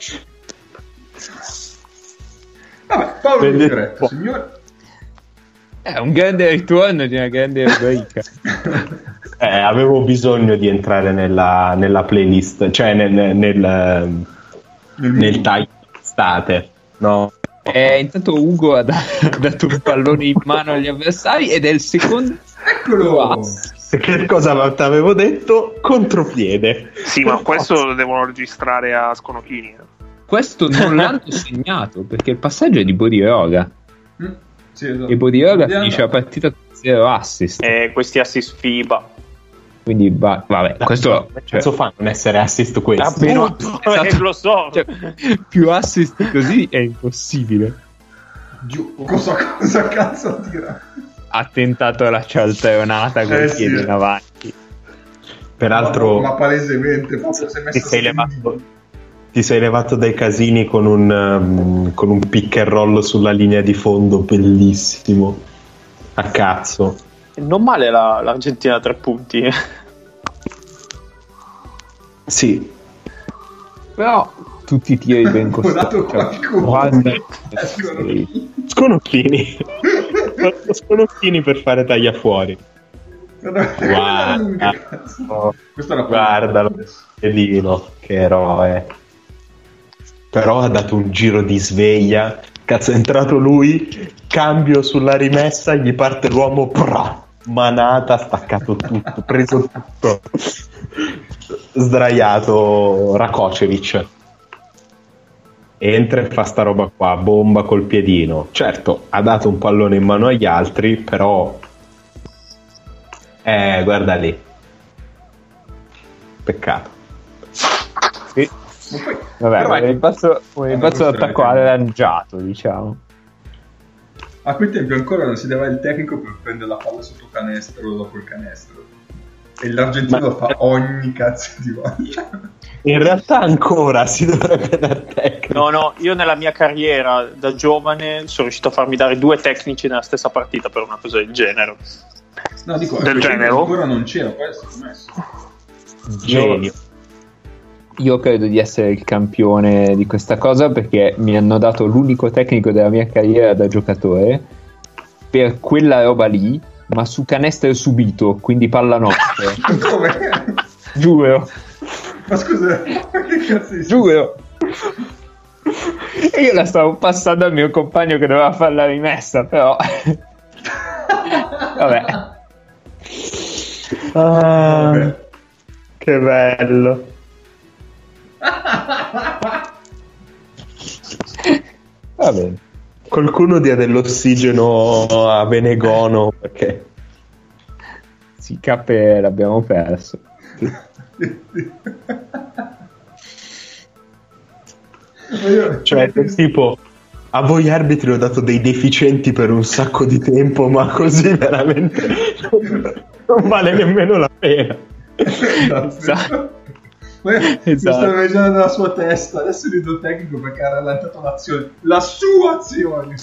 vabbè, Paolo di Gretto, signore. È un grande ritorno di una grande rubrica. eh, avevo bisogno di entrare nella, nella playlist, cioè nel nel, nel, nel tag estate, no? Eh, intanto Ugo ha dato un pallone in mano agli avversari ed è il secondo. Eccolo! Che cosa ti avevo detto? Contropiede. Sì, ma questo lo devono registrare a Sconocchini. Questo non l'hanno segnato perché il passaggio è di Bodiroga. Mm, sì, esatto. E Bodiroga finisce la partita con zero assist. Eh, questi assist FIBA. Quindi va, vabbè, questo che cazzo fa non essere assist questo? Appunto, esatto. eh, lo so. Cioè, più assist così è impossibile. Giù, cosa, cosa cazzo tira? Ha tentato la cialtronata con Eh, i piedi sì. in avanti. Peraltro ma, ma palesemente proprio si è messo ti sei, levato, ti sei levato dai casini con un, um, con un pick and roll sulla linea di fondo bellissimo a cazzo. Non male la, l'Argentina a tre punti. Sì. Però tutti i tiri ben costati. Guarda, Sconocchini. Sconocchini per fare taglia fuori. Guarda, oh, guarda lo piedino, che eroe. Però ha dato un giro di sveglia. Cazzo, è entrato lui, cambio sulla rimessa, gli parte l'uomo, pra, manata, staccato tutto, preso tutto, sdraiato Rakocevic. Entra e fa sta roba qua, bomba col piedino. Certo, ha dato un pallone in mano agli altri, però eh, guarda lì, peccato. Sì. Vabbè, un rimpazzo, un rimpazzo d'attacco arrangiato, diciamo. A quei tempi ancora non si dava il tecnico per prendere la palla sotto canestro dopo il canestro. E l'Argentina lo fa ogni cazzo di volta. In realtà ancora si dovrebbe dare tecnico. No, no, io nella mia carriera da giovane sono riuscito a farmi dare due tecnici nella stessa partita per una cosa del genere. No, dico, del genere ancora non c'era, poi è stato messo. Genio. Io credo di essere il campione di questa cosa perché mi hanno dato l'unico tecnico della mia carriera da giocatore per quella roba lì, ma su canestro subito, quindi palla notte. Come? Giuro. Ma scusa, ma che cazzo di... Giuro. E io la stavo passando al mio compagno che doveva fare la rimessa, però... Vabbè. Ah, Vabbè. Che bello. Va bene. Qualcuno dia dell'ossigeno a Venegono perché sì, Cappe l'abbiamo perso. Cioè del tipo, a voi arbitri ho dato dei deficienti per un sacco di tempo, ma così veramente non vale nemmeno la pena. Esatto. Esatto. Mi stavo immaginando nella sua testa. Adesso rido tecnico perché ha rallentato l'azione, la sua azione.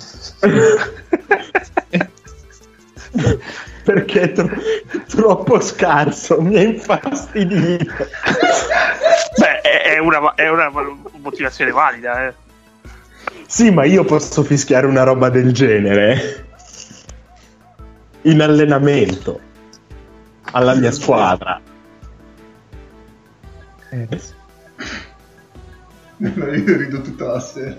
Perché è tro- troppo scarso, mi ha infastidito. Beh, è una, è una motivazione valida, eh. Sì, ma io posso fischiare una roba del genere in allenamento alla mia squadra. Eh. Io rido tutta la sera.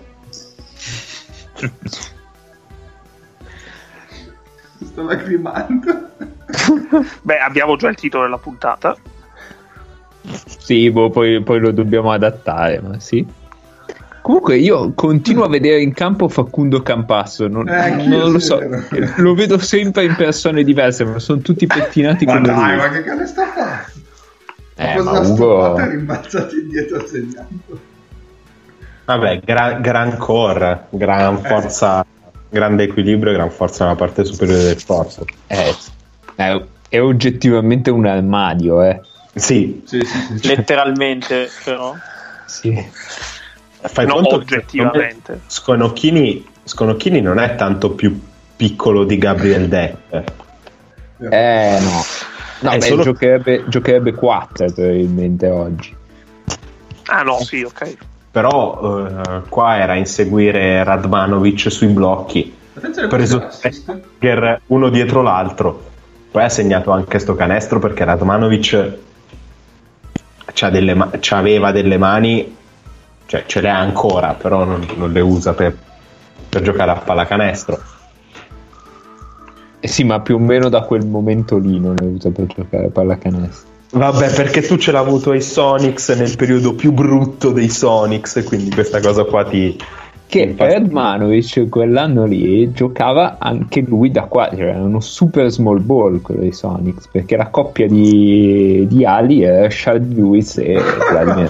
Sto lacrimando. Beh, abbiamo già il titolo della puntata. Sì, boh, poi, poi lo dobbiamo adattare, ma sì. Comunque io continuo a vedere in campo Facundo Campasso, non, eh, non lo so, lo vedo sempre in persone diverse, ma sono tutti pettinati ma come dai, lui. ma che cane sta facendo? Eh, cosa ma Ugo... stoppata rimbalzati indietro segnando. Vabbè, gra- gran core, gran forza, eh. grande equilibrio e gran forza nella parte superiore del corpo. Eh, è, è oggettivamente un armadio, eh. Sì, sì, sì, sì. Letteralmente, però. Sì. Fai no, conto oggettivamente. Sconocchini, Sconocchini non è tanto più piccolo di Gabriel Depp. Eh no. No, beh, solo... giocherebbe, giocherebbe quattro probabilmente oggi. Ah no, sì, ok. Però uh, qua era inseguire Radmanovic sui blocchi, preso uno dietro l'altro. Poi ha segnato anche sto canestro perché Radmanovic c'ha delle ma- c'aveva delle mani, cioè ce le ha ancora, però non, non le usa per, per giocare a pallacanestro. Eh sì, ma più o meno da quel momento lì non le usa per giocare a pallacanestro. Vabbè, perché tu ce l'hai avuto ai Sonics nel periodo più brutto dei Sonics, e quindi questa cosa qua ti... Che Radmanovic quell'anno lì giocava anche lui da qua, cioè era uno super small ball quello dei Sonics, perché la coppia di, di ali era Rashard Lewis e Vladimir.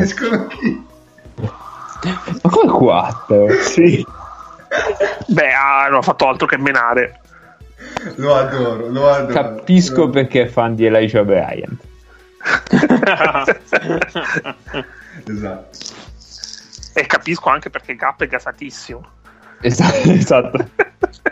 Ma come quattro? Sì. Beh, ah, non ha fatto altro che menare. Lo adoro, lo adoro. Capisco lo... perché è fan di Elijah Bryant. Esatto. E capisco anche perché Gap è gasatissimo. Esatto, esatto.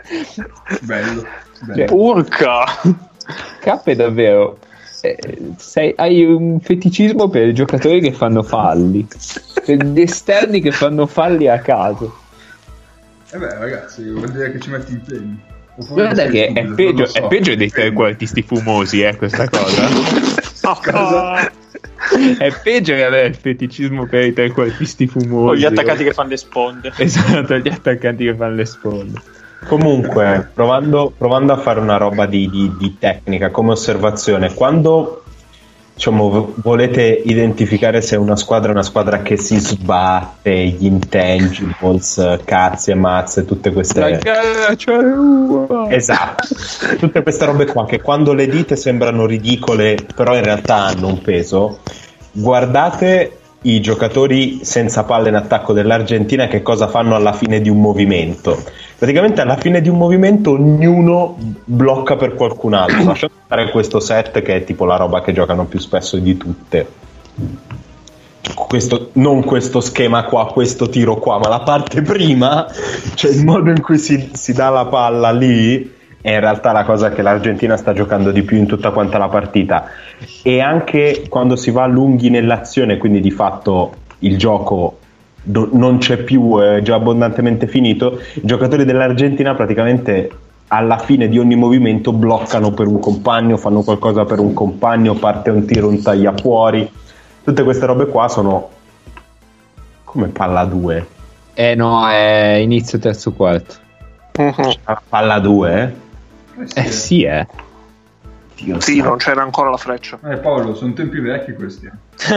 bello, bello. Urca! K è davvero eh, sei, hai un feticismo per i giocatori che fanno falli, per gli esterni che fanno falli a caso. Eh beh ragazzi, vuol dire che ci metti impegno. Guarda che è peggio, so. È peggio dei trequartisti fumosi, eh, questa cosa. cosa? È peggio che avere il feticismo per i trequartisti fumosi. O gli attaccanti che fanno le sponde. Esatto, gli attaccanti che fanno le sponde. Comunque, provando, provando a fare una roba di, di, di tecnica come osservazione, quando diciamo volete identificare se una squadra è una squadra che si sbatte, gli intangibles, cazzi e mazze, tutte queste esatto, tutte queste robe qua che quando le dite sembrano ridicole però in realtà hanno un peso, guardate i giocatori senza palle in attacco dell'Argentina che cosa fanno alla fine di un movimento. Praticamente alla fine di un movimento ognuno blocca per qualcun altro, lasciate stare questo set che è tipo la roba che giocano più spesso di tutte. Questo, non questo schema qua, questo tiro qua, ma la parte prima, cioè il modo in cui si, si dà la palla lì è in realtà la cosa che l'Argentina sta giocando di più in tutta quanta la partita. E anche quando si va lunghi nell'azione, quindi di fatto il gioco do- non c'è più, è già abbondantemente finito, i giocatori dell'Argentina praticamente alla fine di ogni movimento bloccano per un compagno, fanno qualcosa per un compagno, parte un tiro, un taglia fuori, tutte queste robe qua sono come palla due. Eh no, è inizio terzo quarto. Uh-huh. Palla due? Eh sì, eh sì eh Dio sì, non c'era ancora la freccia. Eh Paolo, sono tempi vecchi questi.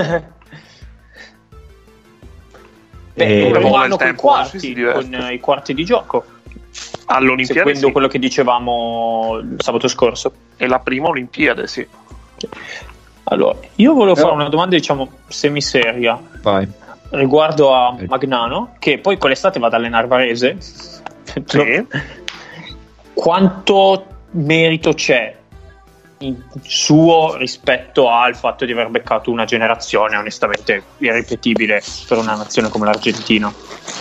Beh, e... lo vanno con i quarti, con i quarti di gioco. All'Olimpiade seguendo sì. quello che dicevamo sabato scorso. È la prima Olimpiade, sì. Allora, io volevo Però... fare una domanda, diciamo, semiseria. Vai. Riguardo a Magnano, che poi quell'estate va ad allenare Varese. Sì. Quanto merito c'è in suo rispetto al fatto di aver beccato una generazione onestamente irripetibile per una nazione come l'Argentina?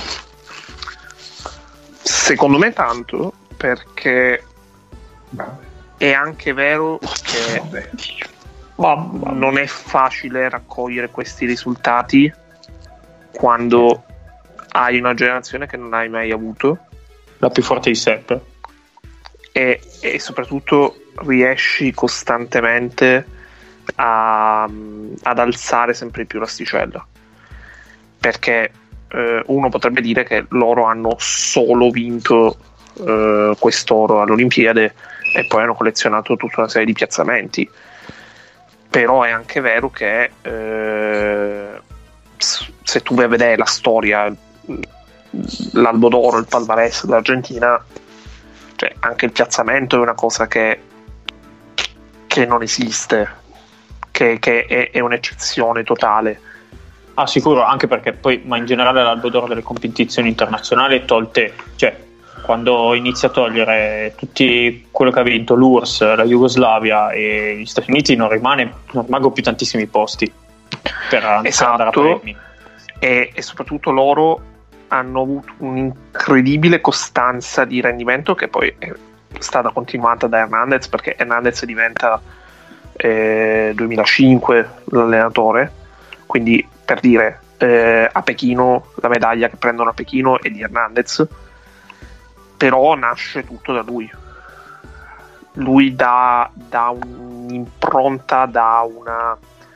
Secondo me tanto, perché è anche vero che ma non è facile raccogliere questi risultati quando hai una generazione che non hai mai avuto, la più forte di sempre, e, e soprattutto riesci costantemente a, ad alzare sempre più l'asticella, perché eh, uno potrebbe dire che loro hanno solo vinto eh, quest'oro all'Olimpiade e poi hanno collezionato tutta una serie di piazzamenti, però è anche vero che eh, se tu vai a vedere la storia, l'Albo d'Oro, il palmarès dell'Argentina, cioè anche il piazzamento è una cosa che che non esiste, che, che è, è un'eccezione totale. Ah, sicuro, anche perché poi, ma in generale l'Albo d'Oro delle competizioni internazionali tolte, cioè quando inizi a togliere tutti quello che ha vinto l'U R S S, la Jugoslavia e gli Stati Uniti, non rimane non rimangono più tantissimi posti per esatto, andare a premi. E, e soprattutto loro hanno avuto un'incredibile costanza di rendimento che poi è stata continuata da Hernandez, perché Hernandez diventa eh, duemilacinque l'allenatore, quindi per dire eh, a Pechino la medaglia che prendono a Pechino è di Hernandez, però nasce tutto da lui. Lui dà, dà un'impronta, dà una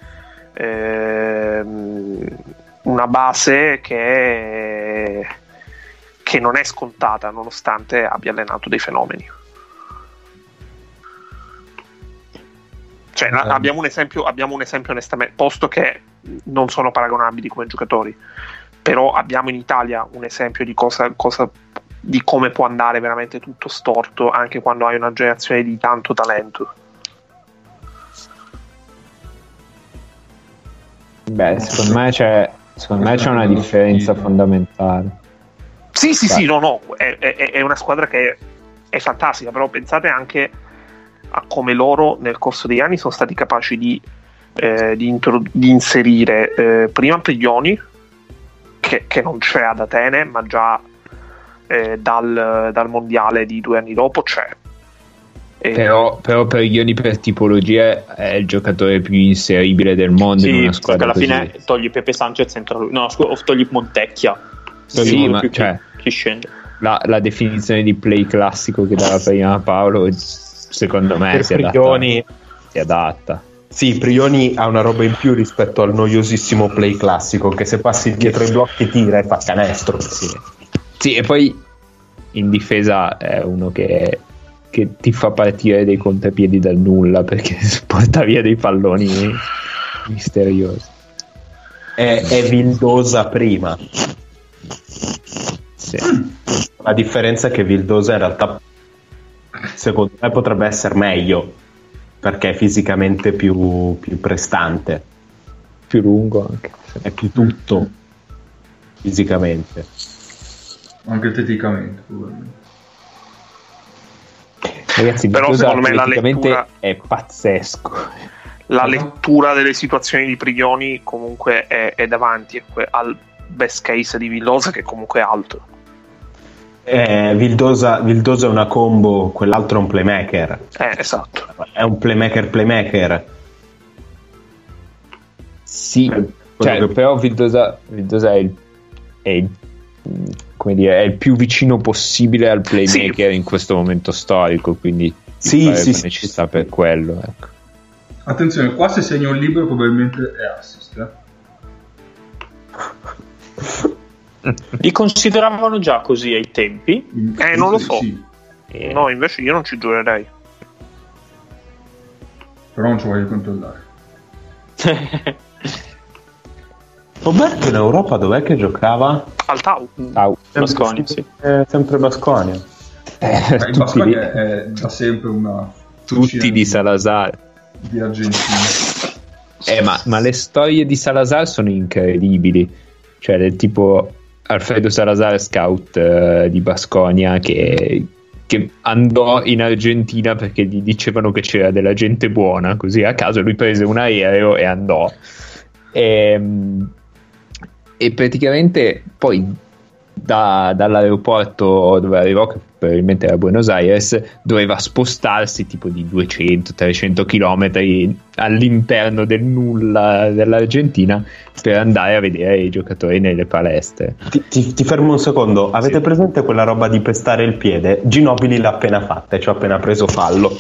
eh, una base che che non è scontata nonostante abbia allenato dei fenomeni. Cioè, eh. abbiamo un esempio, abbiamo un esempio onestamente, posto che non sono paragonabili come giocatori, però abbiamo in Italia un esempio di cosa, cosa di come può andare veramente tutto storto anche quando hai una generazione di tanto talento. Beh, secondo me c'è secondo me c'è una differenza fondamentale. Sì, sì, Beh. sì, no, no, è, è, è una squadra che è, è fantastica, però pensate anche a come loro nel corso degli anni sono stati capaci di, eh, di, intro- di inserire eh, prima Prigioni, che, che non c'è ad Atene, ma già eh, dal, dal mondiale di due anni dopo c'è. E... Però, però per Ioni, per tipologia, è il giocatore più inseribile del mondo, sì, in una squadra alla così. fine togli Pepe Sanchez, entra lui. No, scu- o togli Montecchia. Sì, ma più cioè, chi, chi scende. La, la definizione di play classico che dava prima Paolo, secondo me Per si adatta, Prioni, si adatta. sì, Prioni ha una roba in più rispetto al noiosissimo play classico, che se passi dietro i blocchi tira e fa canestro. Sì. Sì, e poi in difesa è uno che, che ti fa partire dei contropiedi dal nulla, perché porta via dei palloni misteriosi. È, è Vildosa prima. Sì. La differenza è che Vildosa in realtà secondo me potrebbe essere meglio, perché è fisicamente più, più prestante, Più lungo anche. è più tutto fisicamente. Anche esteticamente, probabilmente. Ragazzi, Però Vildosa secondo me la atleticamente lettura- è pazzesco. La Uh-huh. lettura delle situazioni di Prigioni comunque è, è davanti è que- al best case di Vildosa, che comunque è alto. Eh, Vildosa, Vildosa è una combo, quell'altro è un playmaker, Eh, esatto. è un playmaker playmaker. Sì, Eh, cioè, quello che- però Vildosa, Vildosa è, il, è, il, come dire, è il più vicino possibile al playmaker Sì. in questo momento storico, quindi Sì, il paragone sì, sì, ci sì, sta sì. per quello, ecco. Attenzione, qua se segna un libro probabilmente è assist. Eh? Li consideravano già così ai tempi? Eh, non lo so. Sì, E- No, invece io non ci giurerei. però non ci voglio controllare. Roberto in Europa dov'è che giocava? Al Tau. Au. Baskonia, sì. Eh, sempre Baskonia. Eh, Eh, il tutti, Baskonia di, è da sempre una tutti di Salazar. di Argentina. Eh, ma, ma le storie di Salazar sono incredibili, cioè del tipo Alfredo Salazar, scout eh, di Baskonia, che, che andò in Argentina perché gli dicevano che c'era della gente buona, così a caso lui prese un aereo e andò, e, e praticamente poi da, dall'aeroporto dove arrivò, che probabilmente era Buenos Aires, doveva spostarsi tipo di duecento trecento chilometri all'interno del nulla dell'Argentina per andare a vedere i giocatori nelle palestre. Ti, ti- ti fermo un secondo, avete Sì. presente quella roba di pestare il piede? Ginobili l'ha appena fatta e ci ha appena preso fallo.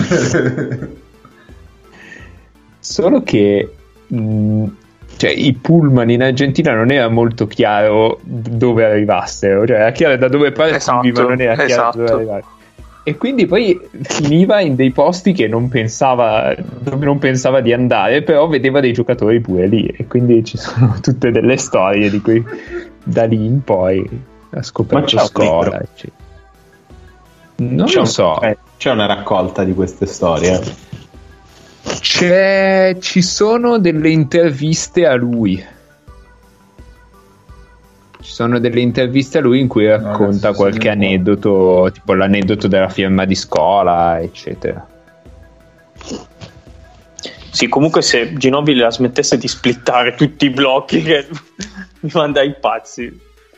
Solo che mh, cioè, i pullman in Argentina non era molto chiaro dove arrivassero, cioè era chiaro da dove partivi, Esatto, ma non era chiaro esatto. dove arrivare. E quindi poi finiva in dei posti che non pensava, dove non pensava di andare, però vedeva dei giocatori pure lì, e quindi ci sono tutte delle storie di cui da lì in poi ha Ma scoperto c'è un scuola, libro? eccetera. Non C'è lo un- so. eh, c'è una raccolta di queste storie. C'è, ci sono delle interviste a lui. Ci sono delle interviste a lui in cui racconta Ragazzi, qualche sì, un po'. aneddoto, tipo l'aneddoto della firma di scuola, eccetera. Sì, comunque se Ginobili la smettesse di splittare tutti i blocchi, che mi manda ai pazzi.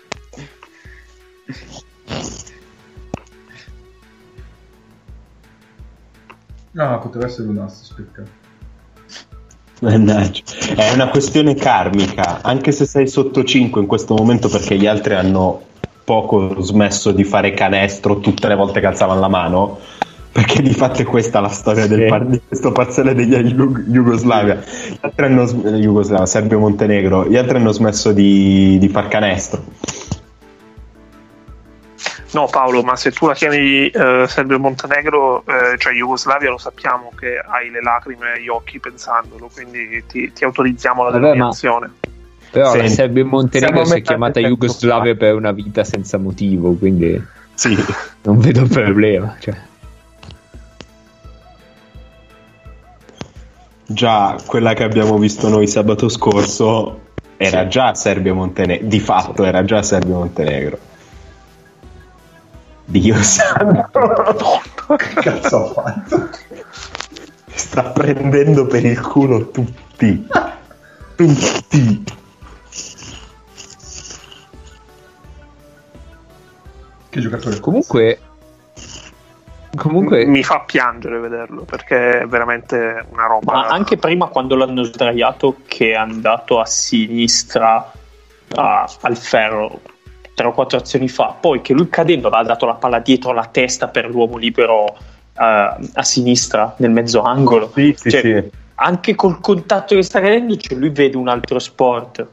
No, potrebbe essere un asso, speccato. Mannaggia. È una questione karmica, anche se sei sotto cinque in questo momento, perché gli altri hanno poco smesso di fare canestro tutte le volte che alzavano la mano, perché di fatto è questa la storia del Sì. par- di questo parziale degli Jug- Jugoslavia. Gli altri hanno sm- eh, Jugoslavia, Serbia e Montenegro, gli altri hanno smesso di, di far canestro. No, Paolo, ma se tu la chiami eh, Serbia e Montenegro, eh, cioè Jugoslavia, lo sappiamo che hai le lacrime agli occhi pensandolo, quindi ti, ti autorizziamo la Vabbè, ma- denominazione. Però Sì. la Serbia e Montenegro Siamo a si è metà chiamata del tempo Jugoslavia fa. per una vita senza motivo, quindi Sì. non vedo problema. Cioè. Già quella che abbiamo visto noi sabato scorso era già Serbia e Montenegro, di fatto era già Serbia e Montenegro. Dio santo, Che cazzo ho fatto? sta prendendo per il culo tutti, tutti. Che giocatore? Comunque, comunque mi fa piangere vederlo, perché è veramente una roba. Ma anche prima, quando l'hanno sdraiato, che è andato a sinistra a, al ferro tre o quattro azioni fa, poi che lui cadendo aveva dato la palla dietro la testa per l'uomo libero uh, a sinistra nel mezzo angolo. Sì, sì, cioè, sì. Anche col contatto che sta cadendo, cioè lui vede un altro sport.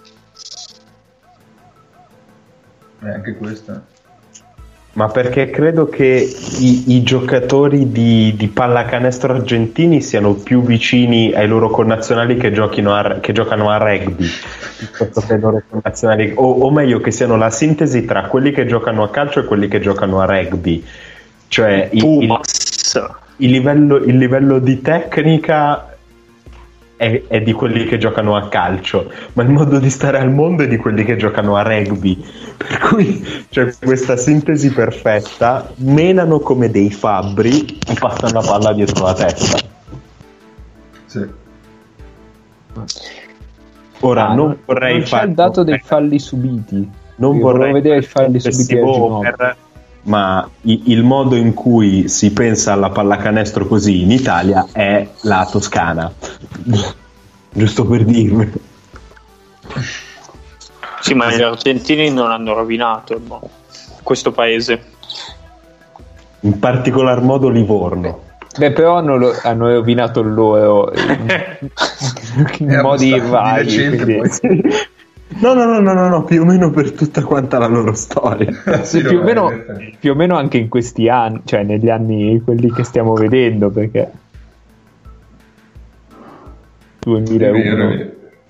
Eh, anche questa. Ma perché credo che i, i giocatori di, di pallacanestro argentini siano più vicini ai loro connazionali che, giochino a, che giocano a rugby, piuttosto che ai loro connazionali, o, o meglio che siano la sintesi tra quelli che giocano a calcio e quelli che giocano a rugby. Cioè il, il, il, livello, il livello di tecnica è, è di quelli che giocano a calcio, ma il modo di stare al mondo è di quelli che giocano a rugby, per cui c'è questa sintesi perfetta, menano come dei fabbri e passano la palla dietro la testa. Sì. Ora ah, non vorrei non c'è fare il dato dei falli subiti, non io vorrei vedere i falli subiti al ginocchio. per, ma i, il modo in cui si pensa alla pallacanestro così in Italia è la Toscana, giusto per dirmi. Sì, ma gli argentini non hanno rovinato no, questo paese, In particolar modo Livorno. Beh, però hanno, lo- hanno rovinato il loro in, in È modi abbastanza vari, decente, quindi- poi. No, no, no, no, no, no, più o meno per tutta quanta la loro storia. Sì, più, o no, meno, è- più o meno anche in questi anni, cioè negli anni quelli che stiamo vedendo, perché è vero, è duemilauno. vero.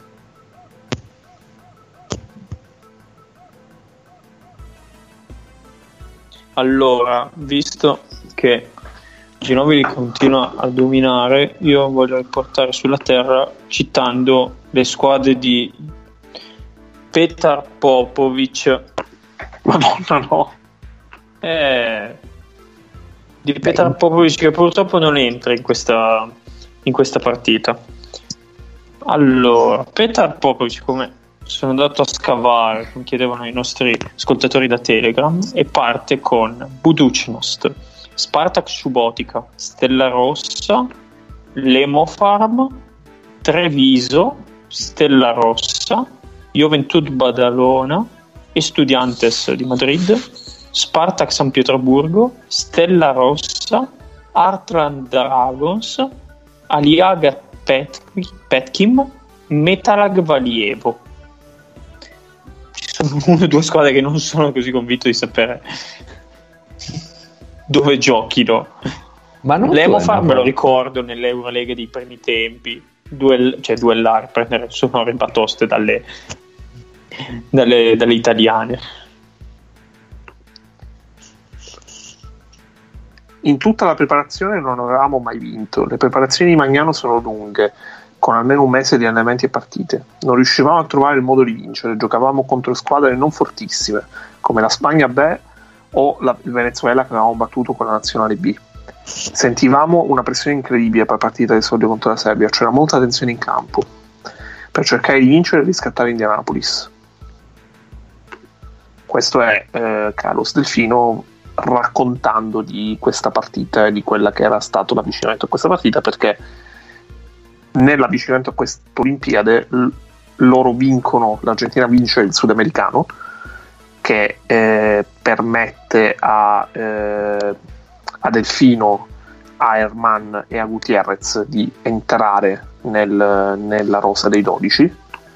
Allora, visto che Ginobili continua a dominare, io voglio riportare sulla terra citando le squadre di Petar Popovic. Madonna, no. Eh, di Petar Popovic, che purtroppo non entra in questa, in questa partita. Allora, Petar Popovic, come sono andato a scavare, come chiedevano i nostri ascoltatori da Telegram, e parte con Budućnost, Spartak Subotica, Stella Rossa, Lemofarm, Treviso, Stella Rossa, Juventud Badalona, Estudiantes di Madrid, Spartak San Pietroburgo, Stella Rossa, Heartland Dragons, Aliaga Petki- Petkim, Metalag Valievo. Ci sono una o due squadre che non sono così convinto di sapere dove giochino. Ma non L'Emofarm tu, me lo no? ricordo nell'Eurolega dei primi tempi, duel- cioè duellare, prendere sonore batoste dalle, dalle, dalle italiane. In tutta la preparazione non avevamo mai vinto. Le preparazioni di Magnano sono lunghe, con almeno un mese di allenamenti e partite. Non riuscivamo a trovare il modo di vincere, giocavamo contro squadre non fortissime, come la Spagna B o la, il Venezuela che avevamo battuto con la Nazionale B. Sentivamo una pressione incredibile per la partita di solito contro la Serbia, c'era molta tensione in campo per cercare di vincere e riscattare Indianapolis. Questo è eh, Carlos Delfino raccontando di questa partita e di quella che era stato l'avvicinamento a questa partita, perché nell'avvicinamento a queste Olimpiade l- loro vincono, l'Argentina vince il sudamericano, che eh, permette a, eh, a Delfino, a Herman e a Gutierrez di entrare nel, nella rosa dei dodici,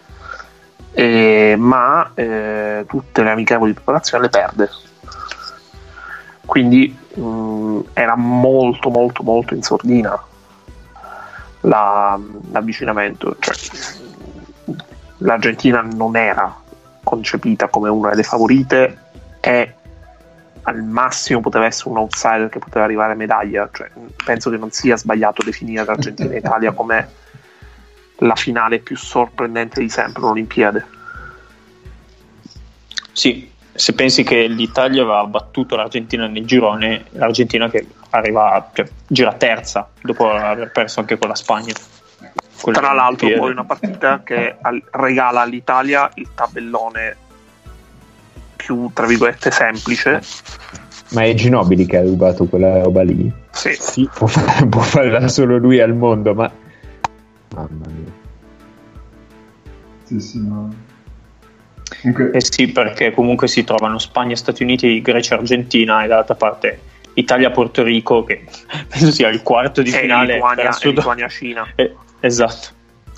e, ma eh, tutte le amichevoli di preparazione le perde, quindi mh, era molto molto molto in sordina la, l'avvicinamento, cioè, l'Argentina non era concepita come una delle favorite e al massimo poteva essere un outsider che poteva arrivare a medaglia, cioè, penso che non sia sbagliato definire l'Argentina e Italia come la finale più sorprendente di sempre all'Olimpiade. Sì, se pensi che l'Italia aveva battuto l'Argentina nel girone, l'Argentina che arriva, cioè, gira terza dopo aver perso anche con la Spagna. Quella Tra l'altro Olimpiadi. poi una partita che al- regala all'Italia il tabellone più, tra virgolette, semplice. Ma è Ginobili che ha rubato quella roba lì? Sì, sì può, fare, può farla solo lui al mondo, ma mamma mia. Sì, sì, no. Comunque... Eh sì, perché comunque si trovano Spagna, Stati Uniti, Grecia, Argentina e dall'altra parte Italia, Porto Rico, che penso sia il quarto di e finale. Lituania, e Lituania Cina. Eh, esatto.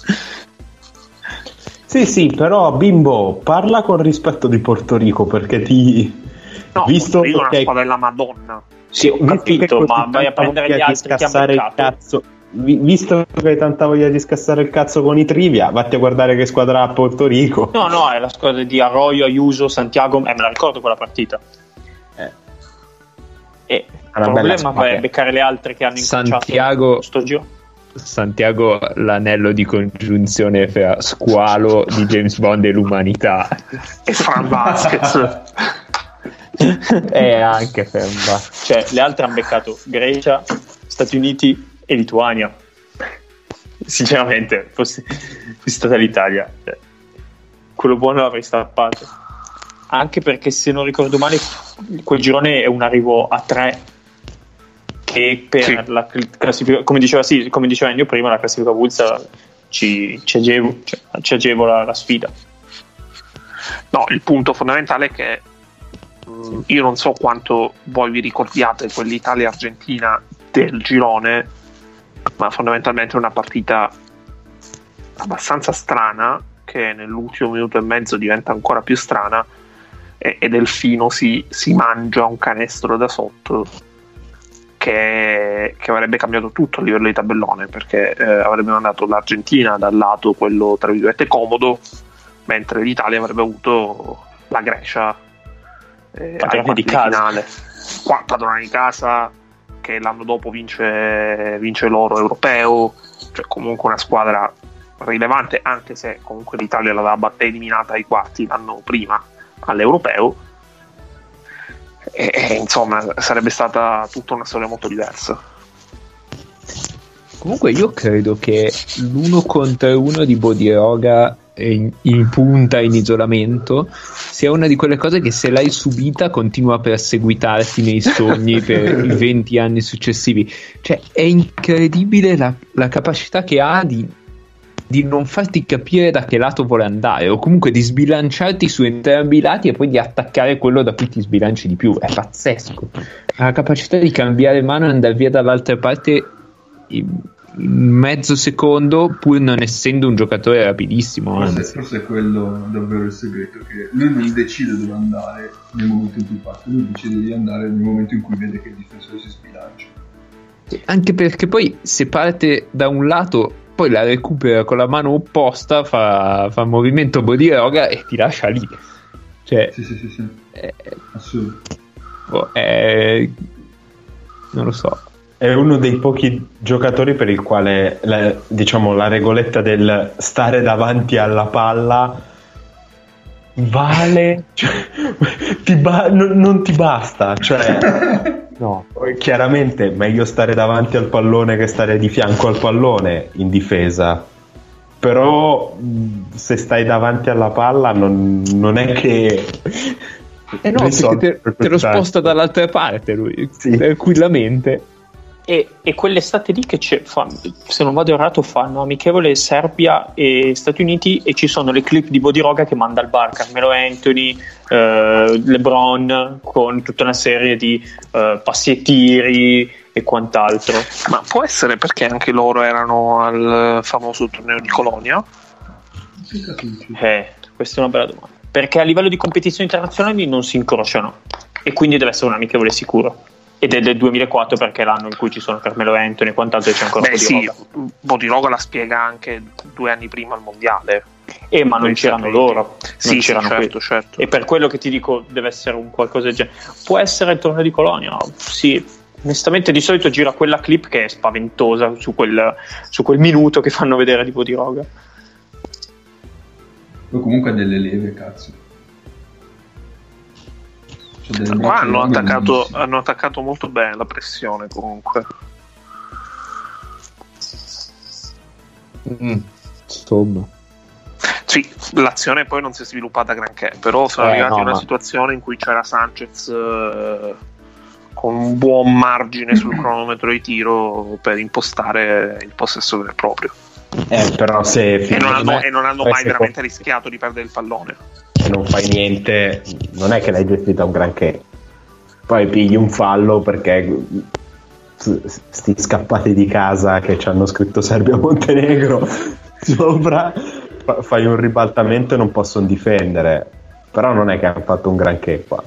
Sì, sì, però Bimbo, parla con rispetto di Porto Rico, perché ti... No, visto io che... una squadra della Madonna. Sì, ho capito, ma vai a prendere gli altri che hanno il cazzo. Visto che hai tanta voglia di scassare il cazzo con i trivia, vatti a guardare che squadra ha Porto Rico. No, no, è la squadra di Arroyo, Ayuso, Santiago. Eh, me la ricordo quella partita. Eh. E il problema vai a beccare le altre che hanno incrociato Santiago sto giro. Santiago, l'anello di congiunzione fra squalo di James Bond e l'umanità. E Fran Vasquez. E anche Femba. Cioè, le altre hanno beccato Grecia, Stati Uniti e Lituania. Sinceramente, fosse, fosse stata l'Italia, cioè, quello buono l'avrei stappato. Anche perché, se non ricordo male, quel girone è un arrivo a tre che per sì. la classifica, come diceva sì, come diceva Ennio prima, la classifica Vulsa ci, ci, agevola, cioè, ci agevola la sfida. No, il punto fondamentale è che mh, io non so quanto voi vi ricordiate quell'Italia-Argentina del girone, ma fondamentalmente è una partita abbastanza strana che nell'ultimo minuto e mezzo diventa ancora più strana e, e Delfino si, si mangia un canestro da sotto che, che avrebbe cambiato tutto a livello di tabellone, perché eh, avrebbe mandato l'Argentina dal lato quello tra virgolette comodo, mentre l'Italia avrebbe avuto la Grecia eh, ai quarti di finale, qua padrona di casa, che l'anno dopo vince, vince l'oro europeo, cioè comunque una squadra rilevante, anche se comunque l'Italia l'aveva eliminata ai quarti l'anno prima all'europeo. E, e insomma sarebbe stata tutta una storia molto diversa. Comunque io credo che l'uno contro uno di Bodiroga in, in punta, in isolamento, sia una di quelle cose che se l'hai subita continua a perseguitarti nei sogni per i venti anni successivi. Cioè è incredibile la, la capacità che ha di di non farti capire da che lato vuole andare, o comunque di sbilanciarti su entrambi i lati e poi di attaccare quello da cui ti sbilanci di più. È pazzesco. Ha la capacità di cambiare mano e andare via dall'altra parte in mezzo secondo, pur non essendo un giocatore rapidissimo. Forse, forse è quello davvero il segreto, che lui non decide dove andare nel momento in cui parte, lui decide di andare nel momento in cui vede che il difensore si sbilancia. Anche perché poi se parte da un lato, poi la recupera con la mano opposta, fa, fa movimento Bodiroga e ti lascia lì. Cioè, sì, sì, sì, sì. È, assurdo. Boh, è, non lo so. È uno dei pochi giocatori per il quale la, diciamo la regoletta del stare davanti alla palla vale, cioè, ti ba- non, non ti basta, cioè no, chiaramente meglio stare davanti al pallone che stare di fianco al pallone in difesa, però se stai davanti alla palla non, non è che eh no, perché te, te lo sposta dall'altra parte lui, sì, tranquillamente. E, e quell'estate lì che c'è, fa, se non vado errato, fanno amichevole Serbia e Stati Uniti e ci sono le clip di Bodiroga che manda al bar Carmelo Anthony, eh, LeBron, con tutta una serie di eh, passi e tiri e quant'altro. Ma può essere perché anche loro erano al famoso torneo di Colonia? Eh, questa è una bella domanda, perché a livello di competizioni internazionali non si incrociano e quindi deve essere un amichevole sicuro. Ed è del duemilaquattro perché è l'anno in cui ci sono Carmelo Anthony e quant'altro, c'è ancora Beh, Bodiroga. Sì, Bodiroga la spiega anche due anni prima al mondiale. Eh, ma non c'erano sapete. loro. Non sì, c'erano sì, certo, certo. E per quello che ti dico deve essere un qualcosa del genere. Può essere il torneo di Colonia? Sì. Onestamente di solito gira quella clip che è spaventosa su quel, su quel minuto che fanno vedere di Bodiroga. Poi comunque ha delle leve, cazzo. Qua hanno attaccato, hanno attaccato molto bene la pressione comunque. Mm, insomma, Sì, l'azione poi non si è sviluppata granché, però sono Eh, arrivati no, in una ma- situazione in cui c'era Sanchez eh, con un buon margine sul cronometro di tiro per impostare il possesso vero e proprio. Eh, però se E non hanno, me- e non hanno poi mai se veramente rischiato di perdere il pallone. se non fai niente, non è che l'hai gestita un granché. Poi pigli un fallo perché s- sti scappati di casa che ci hanno scritto Serbia-Montenegro sopra, fa- fai un ribaltamento e non possono difendere. Però non è che hanno fatto un granché qua.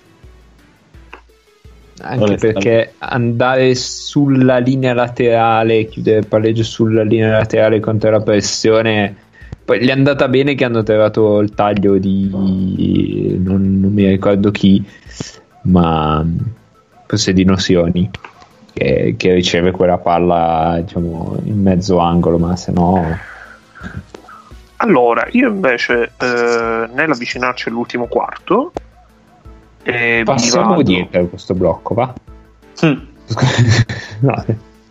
Anche Onestamente. perché andare sulla linea laterale, chiudere il palleggio sulla linea laterale contro la pressione, poi gli è andata bene che hanno trovato il taglio di non, non mi ricordo chi, ma forse di Nocioni che, che riceve quella palla, diciamo, in mezzo angolo, ma se no Allora, io invece eh, nell'avvicinarci all'ultimo quarto eh, vi passiamo vado- dietro a questo blocco, va? Mm. No.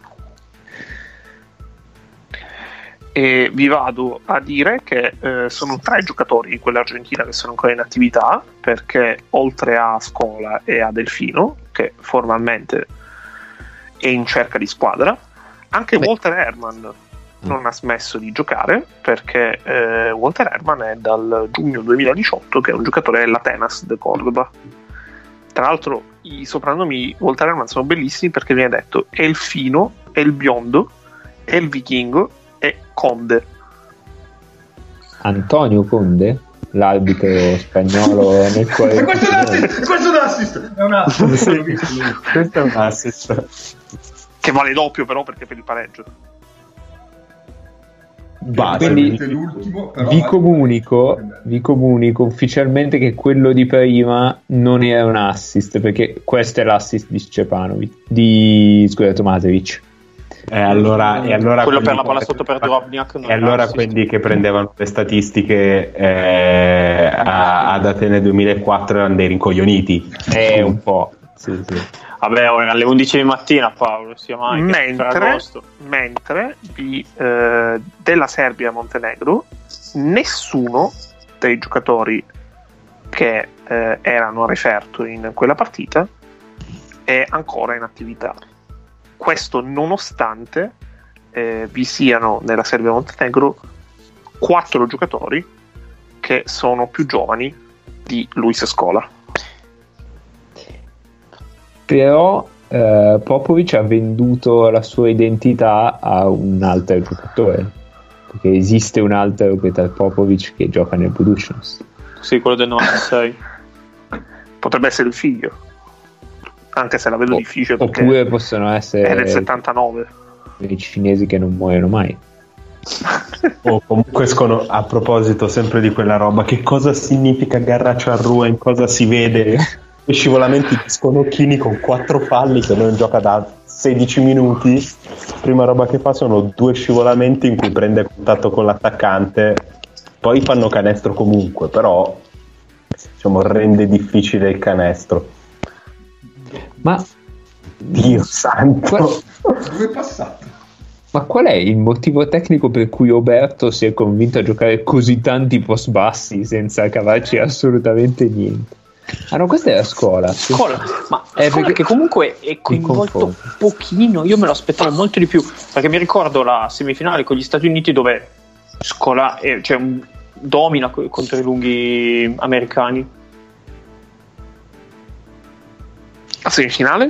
e vi vado a dire che eh, sono tre giocatori in quella argentina che sono ancora in attività, perché oltre a Scola e a Delfino, che formalmente è in cerca di squadra, anche Beh. Walter Herman non ha smesso di giocare, perché eh, Walter Herman è dal giugno duemiladiciotto che è un giocatore dell'Atenas de Cordoba. Tra l'altro i soprannomi Walter Herman sono bellissimi, perché viene detto è il fino, è il biondo, è il vichingo e Conde. Antonio Conde, l'arbitro spagnolo nel quale E questo è un assist! Questo è un assist! È un assist! L'ho visto, l'ho visto. Questo è un assist. Che vale doppio però, perché per il pareggio. Basta. Quindi l'ultimo, però vi vale- comunico, vi comunico ufficialmente che quello di prima non era un assist, perché questo è l'assist di Stepanovic, di scusa, Tomasevic. E allora, e allora Quello per quelli- la palla sotto per Drobniak non E era allora assist. quelli che prendevano le statistiche eh, a- ad Atene duemilaquattro erano dei rincoglioniti. È un po'. Sì, sì. Vabbè, ora alle undici di mattina, Paolo, sia mai che Mentre, Ferragosto. mentre vi, eh, della Serbia-Montenegro nessuno dei giocatori che eh, erano a referto in quella partita è ancora in attività. Questo nonostante eh, vi siano nella Serbia-Montenegro quattro giocatori che sono più giovani di Luis Scola. Però eh, Popovic ha venduto la sua identità a un altro giocatore, perché esiste un altro Petar Popovic che gioca nel Budućnost. Sì, quello del novantasei. Potrebbe essere il figlio, anche se la vedo O- difficile perché Oppure possono essere è del settantanove. i cinesi che non muoiono mai. O comunque escono, a proposito sempre di quella roba, che cosa significa Garraccio a Rua, in cosa si vede? E scivolamenti di sconocchini con quattro falli che non gioca da sedici minuti. Prima roba che fa sono due scivolamenti in cui prende contatto con l'attaccante, poi fanno canestro comunque, però diciamo rende difficile il canestro. Ma, Dio santo. Qua- Dove è passato? ma qual è il motivo tecnico per cui Oberto si è convinto a giocare così tanti post bassi senza cavarci assolutamente niente? Ah no, questa è la scuola. sì. Scola, ma Eh, Scola perché- che comunque è coinvolto confondo. pochino, io me lo aspettavo molto di più, perché mi ricordo la semifinale con gli Stati Uniti dove Scola eh, cioè, un- domina co- contro i lunghi americani. La semifinale?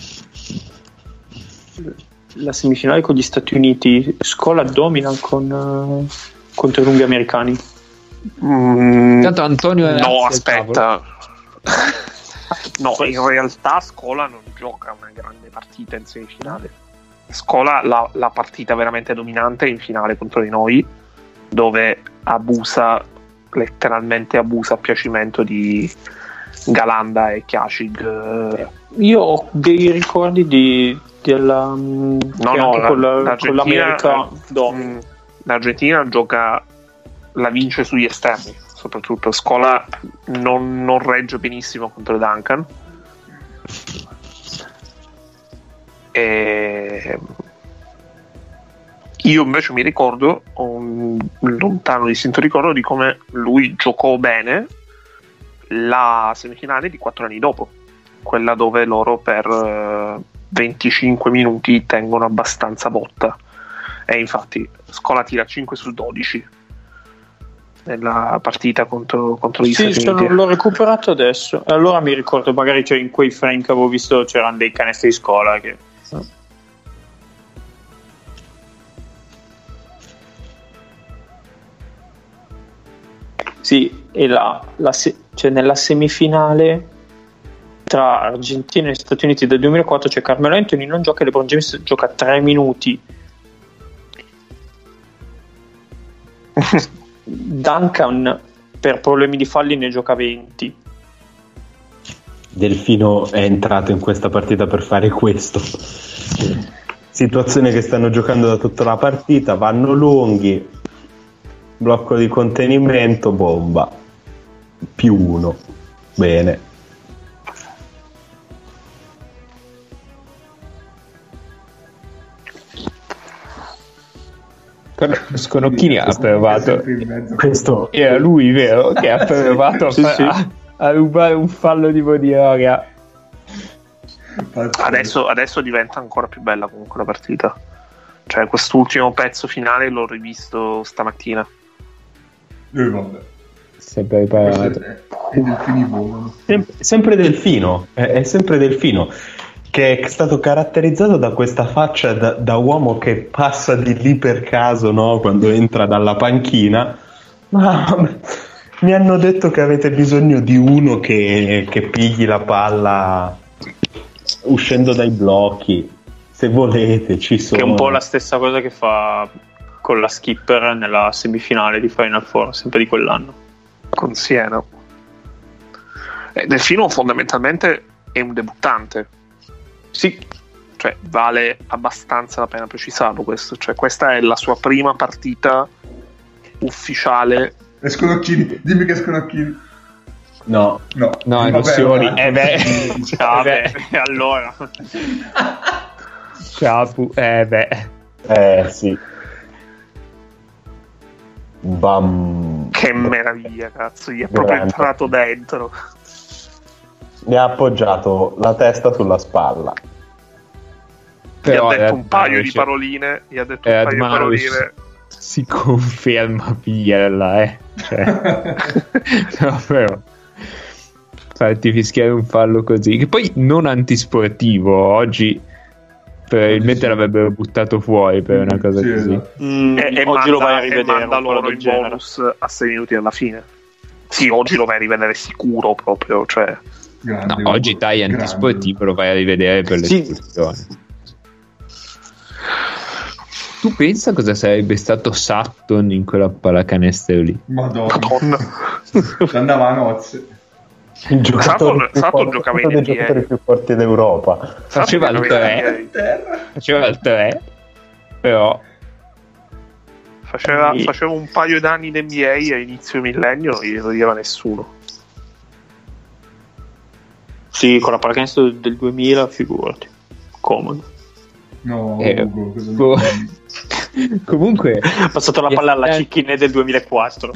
La semifinale con gli Stati Uniti, Scola domina con, eh, contro i lunghi americani. Mm, Intanto Antonio è no, al aspetta. No, Poi- in realtà Scola non gioca una grande partita in semifinale. Scola la, la partita veramente dominante è in finale contro di noi, dove abusa, letteralmente abusa a piacimento di Galanda e Kjasic. Io ho dei ricordi di, della, no, No, no, la- con, la- con l'Argentina, l'America domina. mm, l'Argentina gioca, la vince sugli esterni, soprattutto Scola non, non regge benissimo contro Duncan. E io invece mi ricordo, ho un lontano distinto ricordo di come lui giocò bene la semifinale di quattro anni dopo, quella dove loro per uh, venticinque minuti tengono abbastanza botta, e infatti Scola tira cinque su dodici nella partita contro, contro gli sì, Stati sono, Uniti. l'ho recuperato adesso, allora mi ricordo, magari cioè, in quei frame che avevo visto c'erano dei canestri di Scola che... Sì, e la, la se, cioè nella semifinale tra Argentina e Stati Uniti del duemilaquattro c'è Carmelo Anthony non gioca e LeBron James gioca tre minuti. Duncan per problemi di falli ne gioca venti. Delfino è entrato in questa partita per fare questo. Situazione che stanno giocando da tutta la partita, vanno lunghi, blocco di contenimento, bomba, più uno, bene. Sconocchini ha provato, questo era lui vero che ha provato Sì, a, sì. a, a rubare un fallo di Bodiroga. Adesso, adesso diventa ancora più bella comunque la partita, cioè quest'ultimo pezzo finale l'ho rivisto stamattina. Eh, vabbè. Sempre preparato. Questo è- è i delfini volano. Sem- sempre Delfino, è, è sempre Delfino, che è stato caratterizzato da questa faccia da, da uomo che passa di lì per caso, no? Quando entra dalla panchina. Ma mi hanno detto che avete bisogno di uno che, che pigli la palla uscendo dai blocchi. Se volete, ci sono. Che è un po' la stessa cosa che fa con la skipper nella semifinale di Final Four, sempre di quell'anno. Con Siena. Eh, Delfino fondamentalmente è un debuttante. Sì, cioè vale abbastanza la pena precisarlo questo. Cioè, questa è la sua prima partita ufficiale. E Sconocchini, dimmi che è Sconocchini. No, No, No, Vabbè, emozioni. vabbè. Eh beh, Ah, eh beh, beh, allora. ciao, pu- eh beh. eh sì. Bam. Che meraviglia, cazzo, gli è proprio Grande. entrato dentro. Mi ha appoggiato la testa sulla spalla. Gli ha Però detto eh, un paio di cioè, paroline. Gli ha detto eh, un paio di Admaros paroline. si conferma pigliarla, eh. Cioè, no, però farti fischiare un fallo così, che poi non antisportivo, oggi probabilmente Sì. l'avrebbero buttato fuori per una cosa Sì, così. esatto. Mm, E, e oggi manda, lo vai a e rivedere manda un po' loro del il genere. bonus a sei minuti alla fine. Sì, oggi lo vai a rivedere sicuro proprio, cioè. Grande, No, oggi dai grande. antisportivo lo vai a rivedere per Sì. l'espulsione. Tu pensa cosa sarebbe stato Sutton in quella pallacanestro lì? Madonna. Madonna. Andava a nozze. Il giocatore Sutton- più Sutton forte- giocava uno in dei N B A. giocatori più forti d'Europa. Faceva il tre, Terra. faceva il tre, però Faceva, Sì. faceva un paio d'anni in N B A a inizio millennio, non glielo diceva nessuno. Sì, con la pallacanestro del duemila, figurati. Comodo. No, Eh, Ugo, cosa mi co- dici? comunque Ha passato la palla alla Eh. Cicchine del duemilaquattro.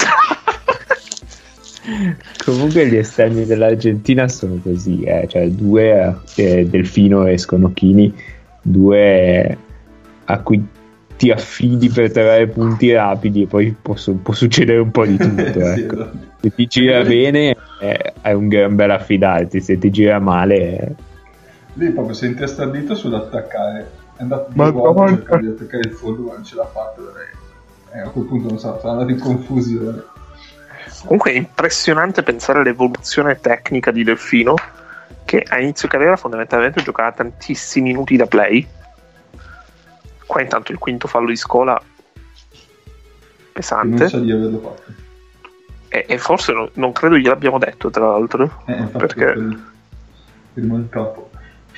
comunque gli esterni dell'Argentina sono così, eh. Cioè due eh, Delfino e Sconocchini, due a cui ti affidi per trovare punti rapidi e poi posso- può succedere un po' di tutto, Sì, ecco. esatto. Se ti gira bene eh, hai un gran bel affidarti, se ti gira male eh, Lì proprio si è intestardito sull'attaccare. È andato Ma due volte a porca- cercare di attaccare il fondo, ma non ce l'ha fatto. E a quel punto non so, sono andato in confusione. Comunque è impressionante pensare all'evoluzione tecnica di Delfino, che a inizio carriera fondamentalmente giocava tantissimi minuti da play. Qua intanto il quinto fallo di Scola Che non pesante, sa di averlo fatto. e, e forse no- non credo gliel'abbiamo detto, tra l'altro, Eh, infatti, perché per il, per il capo.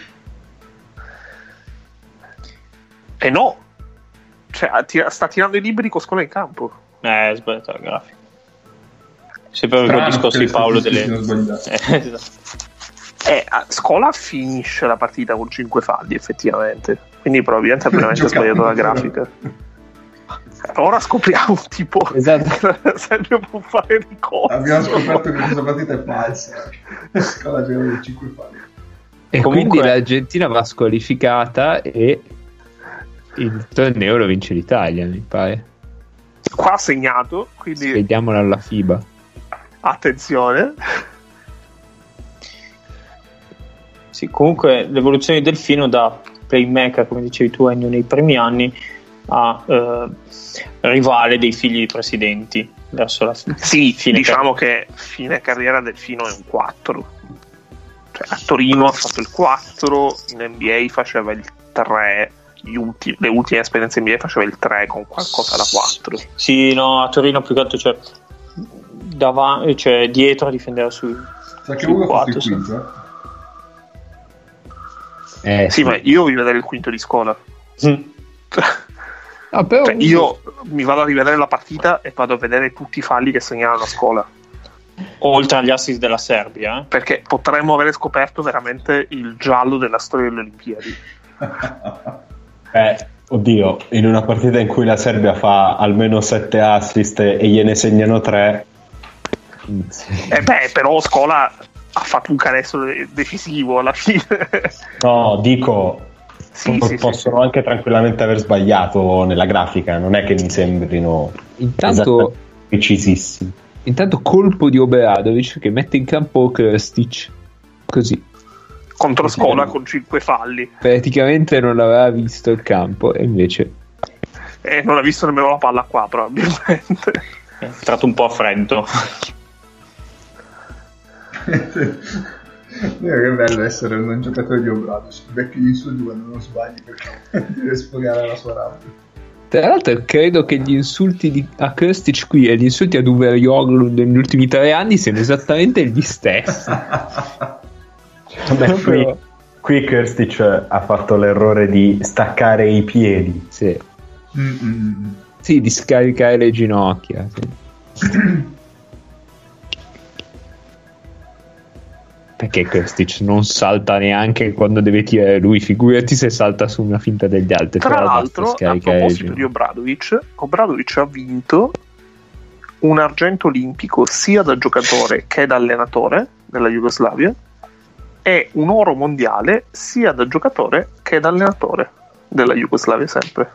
e no, cioè ha tira- sta tirando i liberi con Scola in campo. Eh, è sbagliato la grafica. Sempre per Strano quel discorso che di Paolo le delle... statistiche siano Eh, esatto. E a Scola finisce la partita con cinque falli effettivamente, quindi probabilmente ha veramente Giocando sbagliato la però. grafica. ora scopriamo tipo esatto. che la Serbia può fare ricorso. Abbiamo scoperto che questa partita è falsa. Scola girano di cinque falli. E Comunque... quindi l'Argentina va squalificata e il torneo lo vince l'Italia, mi pare. Qua ha segnato, quindi vediamolo alla FIBA. Attenzione. Sì, comunque l'evoluzione del Delfino da playmaker, come dicevi tu Ennio, nei primi anni a eh, rivale dei figli di presidenti verso la fine. Sì, fine diciamo car- che fine carriera Delfino è un quattro. Cioè, a Torino ha fatto il quattro, in N B A faceva il tre, gli ultimi, le ultime esperienze N B A faceva il tre con qualcosa da quattro. Sì, no, a Torino più che altro, cioè, davanti, cioè dietro a difendere sui, Sa che sui uno ha fatto quattro. il quinto, eh? Eh, Sì, ma io voglio vedere il quinto di Scola. Mm. no, però Cioè, io mi vado a rivedere la partita e vado a vedere tutti i falli che segnalano a Scola, Oltre agli assist della Serbia, eh? perché potremmo avere scoperto veramente il giallo della storia delle Olimpiadi. Eh, oddio, in una partita in cui la Serbia fa almeno sette assist e gliene segnano tre. Eh beh, però Scola ha fatto un canestro de- decisivo alla fine. No, dico, Sì, po- sì, possono sì. anche tranquillamente aver sbagliato nella grafica, non è che mi sembrino intanto, esattamente precisissimi. intanto colpo di Obradovic che mette in campo Krstic così, Contro Scola con cinque falli. praticamente non aveva visto il campo e invece E non ha visto nemmeno la palla qua, probabilmente. È entrato un po' a freddo. Che bello essere un giocatore di Obradovic, becchi gli insulti quando non sbagli perché deve sfogare la sua rabbia. tra l'altro credo che gli insulti di, a Krstic qui e gli insulti a Uwe Joglund negli ultimi tre anni siano esattamente gli stessi. Vabbè, qui, qui Krstic ha fatto l'errore di staccare i piedi. Sì, Mm-mm. sì, di scaricare le ginocchia, sì. Perché Krstic non salta neanche quando deve tirare lui, figurati se salta su una finta degli altri. Tra però basta l'altro, a scaricare le proposito di ginocchia. Obradovic, Obradovic ha vinto un argento olimpico sia da giocatore che da allenatore della Jugoslavia e un oro mondiale sia da giocatore che da allenatore della Jugoslavia sempre.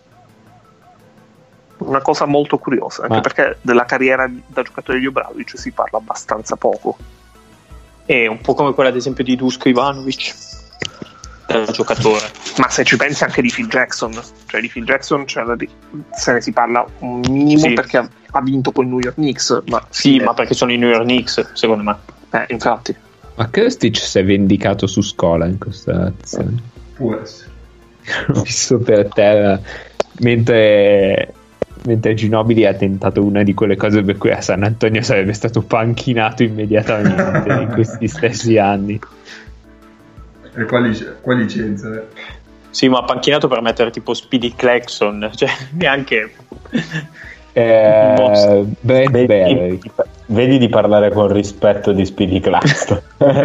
Una cosa molto curiosa, anche Ma- perché della carriera da giocatore di Obradovic si parla abbastanza poco. È un po' come quella ad esempio di Duško Ivanović, del giocatore. Ma se ci pensi anche di Phil Jackson, cioè di Phil Jackson cioè, se ne si parla un minimo Sì. perché ha, ha vinto con i New York Knicks, ma Sì, eh, ma perché sono i New York Knicks, secondo me. eh, infatti. Ma Krstic si è vendicato su Scola in questa azione. Può essere. L'ho visto per terra mentre, mentre Ginobili ha tentato una di quelle cose per cui a San Antonio sarebbe stato panchinato immediatamente in questi stessi anni. E qua, lic- qua licenza, eh. Sì, ma ha panchinato per mettere tipo Speedy Claxon, cioè neanche... Eh, Mostro. Brent Vedi, Barry. vedi di parlare con rispetto di Speedy Claxton.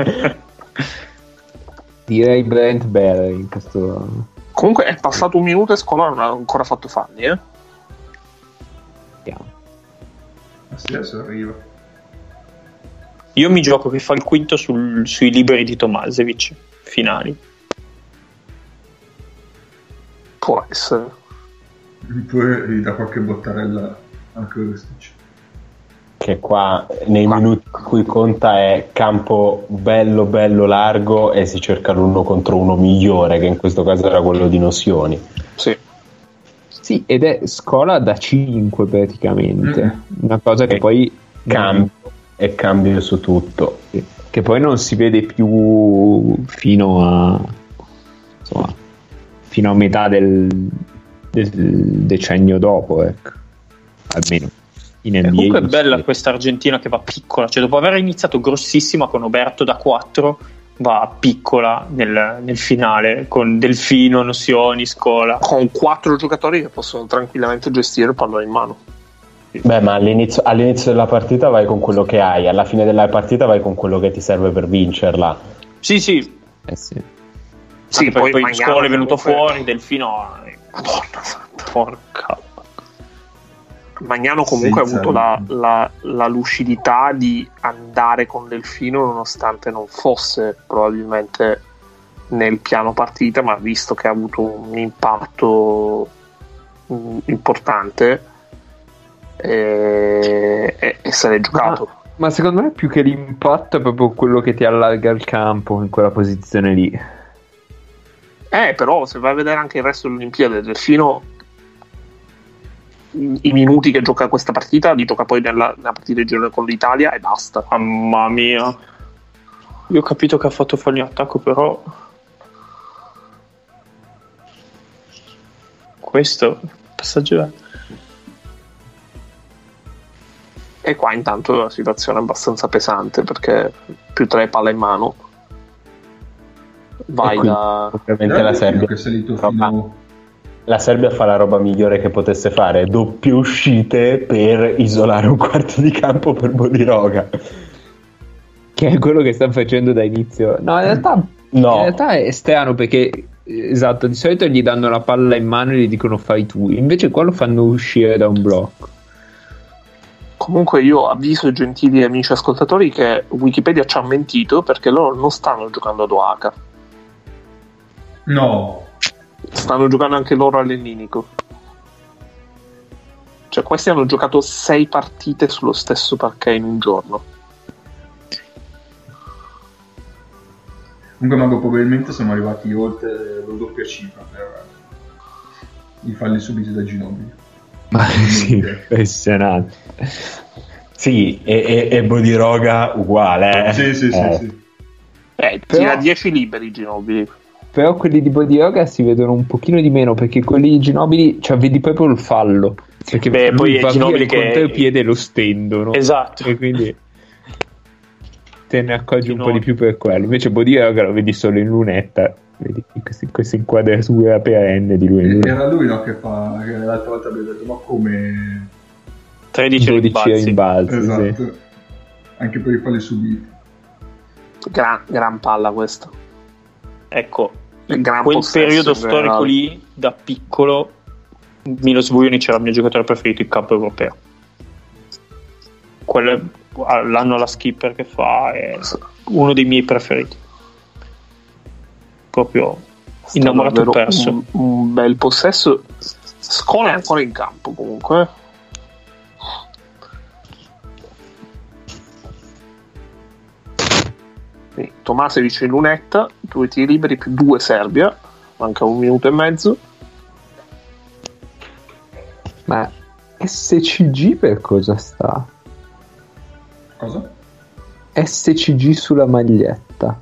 Direi Brent Barry in questo. Comunque è passato un minuto e Scola non ha ancora fatto falli, eh? Vediamo. Ma sì, adesso arriva. Io mi gioco che fa il quinto sul- sui liberi di Tomasevic, finali. Può essere. Poi gli dà qualche bottarella anche Krstic. Che qua nei minuti in cui conta è campo bello bello largo e si cerca l'uno contro uno migliore, che in questo caso era quello di Nocioni. Sì. Sì, ed è Scola da cinque praticamente. Mm. Una cosa che E poi Cambio e cambio su tutto. Sì, che poi non si vede più fino a insomma fino a metà del, del decennio dopo, ecco, almeno in N B A. E comunque è non si bella vede. questa Argentina che va piccola, cioè dopo aver iniziato grossissima con Oberto da quattro va piccola nel, nel finale con Delfino, Nocioni, Scola. Con quattro giocatori che possono tranquillamente gestire il pallone in mano. Beh, ma all'inizio, all'inizio della partita vai con quello che hai, alla fine della partita vai con quello che ti serve per vincerla. Sì, sì, Eh sì. Sì, anche perché poi Magnano Scola è venuto comunque- fuori, Delfino... Madonna santa. Porca... Magnano comunque ha avuto la, la, la lucidità di andare con Delfino nonostante non fosse probabilmente nel piano partita, ma visto che ha avuto un impatto importante e, e, e se l'è giocato. Ma, ma secondo me più che l'impatto è proprio quello che ti allarga il campo in quella posizione lì. Eh, però se vai a vedere anche il resto dell'Olimpiade, Delfino i minuti che gioca questa partita li gioca poi nella, nella partita di girone con l'Italia e basta. Mamma mia, io ho capito che ha fatto fallo in attacco, però questo passaggio è... E qua intanto la situazione è abbastanza pesante perché più tre palle in mano vai qui, da ovviamente la Serbia che è salito fino... la Serbia fa la roba migliore che potesse fare, doppie uscite per isolare un quarto di campo per Bodiroga, che è quello che stanno facendo da inizio. No, in realtà, no. in realtà è strano perché esatto, di solito gli danno la palla in mano e gli dicono fai tu, invece qua lo fanno uscire da un blocco. Comunque io avviso i gentili amici ascoltatori che Wikipedia ci ha mentito perché loro non stanno giocando ad O H, no, stanno giocando anche loro all'Ellinico. Cioè questi hanno giocato sei partite sullo stesso parquet in un giorno. Comunque Mago, probabilmente siamo arrivati oltre la doppia cifra per i falli subiti da Ginobili. Ma sì, impressionante. Sì, e, e, e Bodiroga uguale, eh? Sì, sì, sì, eh. sì. Eh, Però... tira dieci liberi Ginobili. Però quelli di Bodiroga si vedono un pochino di meno perché quelli di Ginobili, cioè vedi proprio il fallo, perché beh, poi va è Ginobili via il che contropiede e lo stendono, esatto, e quindi te ne accorgi Ginobili. un po' di più per quello. Invece Bodiroga lo vedi solo in lunetta, vedi queste, queste inquadrature perenne di lui in lunetta. Era lui, no, che fa, che l'altra volta abbiamo detto ma come tredici dodici rimbalzi, esatto, sì. Anche per i falli subiti. Gran, gran palla questa. Ecco, Il in gran quel possesso periodo in storico generale. lì, da piccolo, Milos Vujanic era il mio giocatore preferito in campo europeo. Quello, l'anno alla skipper che fa è uno dei miei preferiti. Proprio innamorato Davvero perso. un, un bel possesso. Scola è ancora in campo comunque. Quindi, Tomasevic in lunetta, due tiri liberi più due Serbia, manca un minuto e mezzo. Ma S C G per cosa sta? Cosa? S C G sulla maglietta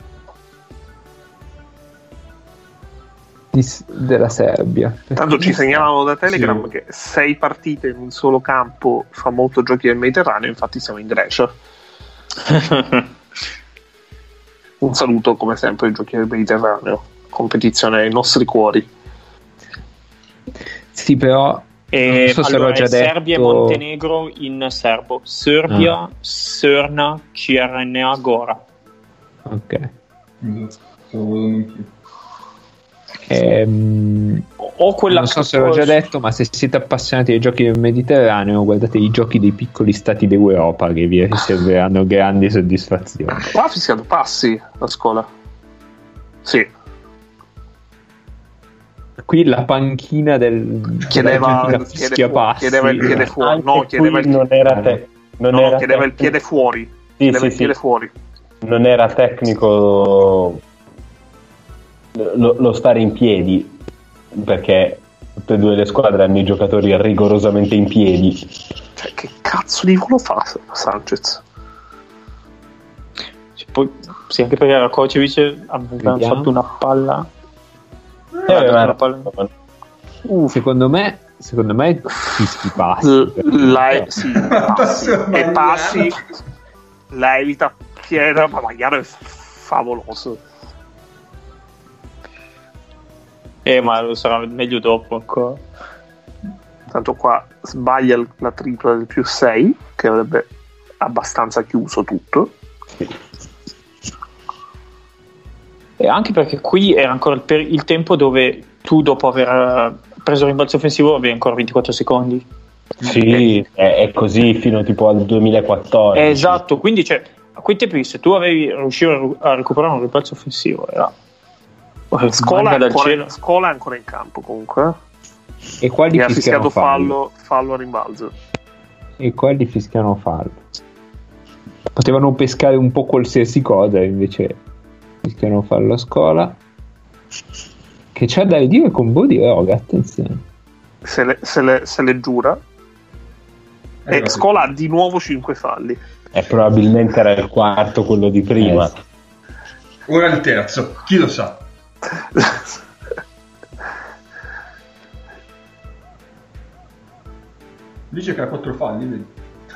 di, della Serbia. Tanto ci segnalano da Telegram Sì. che sei partite in un solo campo fa molto giochi del Mediterraneo, infatti siamo in Grecia. Un saluto come sempre ai giochi del Mediterraneo, competizione ai nostri cuori. Sì, però E non so se allora, l'ho già è Serbia detto. e Montenegro in serbo. Serbia, Ah. Srna, C R N A, Gora. Ok. Esatto, stavo guardando anch'io. Ehm, O quella non so se l'ho già detto, ma se siete appassionati ai giochi del Mediterraneo, guardate i giochi dei piccoli stati d'Europa che vi riserveranno grandi soddisfazioni. Qua ha fischiato passi la scuola. Sì, Qui la panchina del chiedeva, dell'Argentina chiede fischia fu- passi. chiedeva il piede fuori. Anche No, chiedeva qui il, non era, te- non no, era chiedeva il tecnico- piede fuori. Sì, chiedeva sì, il sì. piede fuori. non era tecnico lo, lo stare in piedi, perché tutte e due le squadre hanno i giocatori rigorosamente in piedi. Cioè, che cazzo di volo fa Sanchez? Sì, poi, sì, anche perché Rakocevic aveva Vediamo. fatto una palla. Eh, dato ma- una palla- Uh, Secondo me, secondo me fischi passi. L- la, sì, passi, e Magliano. passi la evita piena, ma Magliano è favoloso. Eh, ma lo sarà meglio dopo ancora. Tanto qua sbaglia il- la tripla del più sei, che avrebbe abbastanza chiuso tutto. E anche perché qui era ancora il, per- il tempo dove tu, dopo aver eh, preso il rimbalzo offensivo, avevi ancora ventiquattro secondi. Sì, è, è così fino tipo al duemilaquattordici. Esatto, quindi cioè, a quei tempi se tu avevi riuscito a recuperare un rimpalzo offensivo era Scola è dal ancora, cielo. Scola è ancora in campo comunque. E qua Gli gli ha fischiano fischiato fallo. fallo, fallo a rimbalzo. E qua gli fischiano fallo. Potevano pescare un po' qualsiasi cosa, invece fischiano fallo a Scola, che c'ha da dire con Body Roga, attenzione. Se le, se le, se le giura. Eh, E no, Scola ha di nuovo cinque falli. E probabilmente era il quarto, quello di prima. Eh, Ora il terzo, chi lo sa? Dice che ha quattro falli, vedi?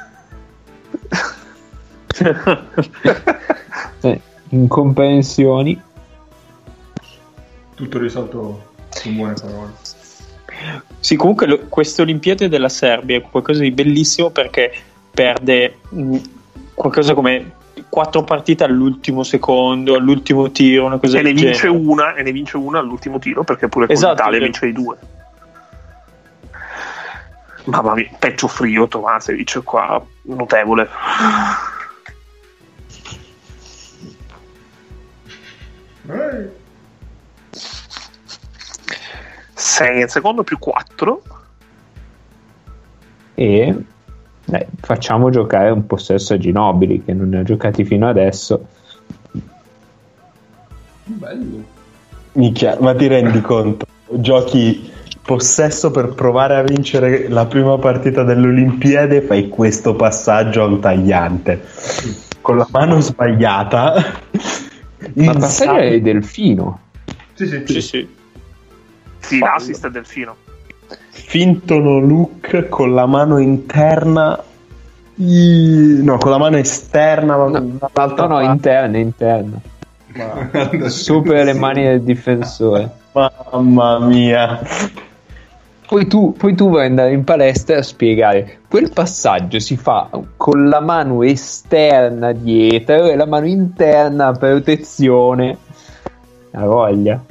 eh, incomprensioni. Tutto risolto con buone parole. Sì, comunque lo, queste Olimpiadi della Serbia è qualcosa di bellissimo perché perde mh, qualcosa come quattro partite all'ultimo secondo, all'ultimo tiro, una cosa E ne del vince genere. una e ne vince una all'ultimo tiro, perché pure con Esatto, l'Italia sì. vince i due. Mamma mia, peggio frio Tomasevic qua, notevole. Eh. sei nel secondo più quattro. E dai, facciamo giocare un possesso a Ginobili, che non ne ha giocati fino adesso. Bello. Minchia, ma ti rendi conto? Giochi possesso per provare a vincere la prima partita delle Olimpiadi e fai questo passaggio a un tagliante con la mano sbagliata. Ma il In passaggio sal- è Delfino. Sì, sì, Sì, sì. Sì, l'assist è Delfino. finto no look con la mano interna, I- no, con la mano esterna, ma No, dall'altra no, no, parte. interna, interna. Ma- Sopra le mani del difensore. Mamma mia. Poi tu, poi tu vuoi andare in palestra a spiegare quel passaggio si fa con la mano esterna dietro e la mano interna a protezione. La voglia.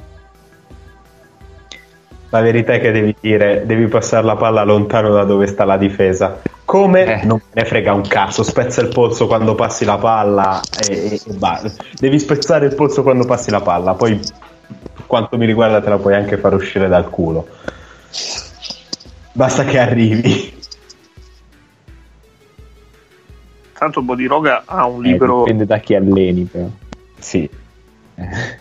La verità è che devi dire, devi passare la palla lontano da dove sta la difesa. Come? Eh. Non me ne frega un cazzo, spezza il polso quando passi la palla e, e, e basta. Devi spezzare il polso quando passi la palla, poi per quanto mi riguarda te la puoi anche far uscire dal culo. Basta che arrivi. Tanto Bodiroga ha un Eh, libero. dipende da chi alleni, però. Sì, Eh.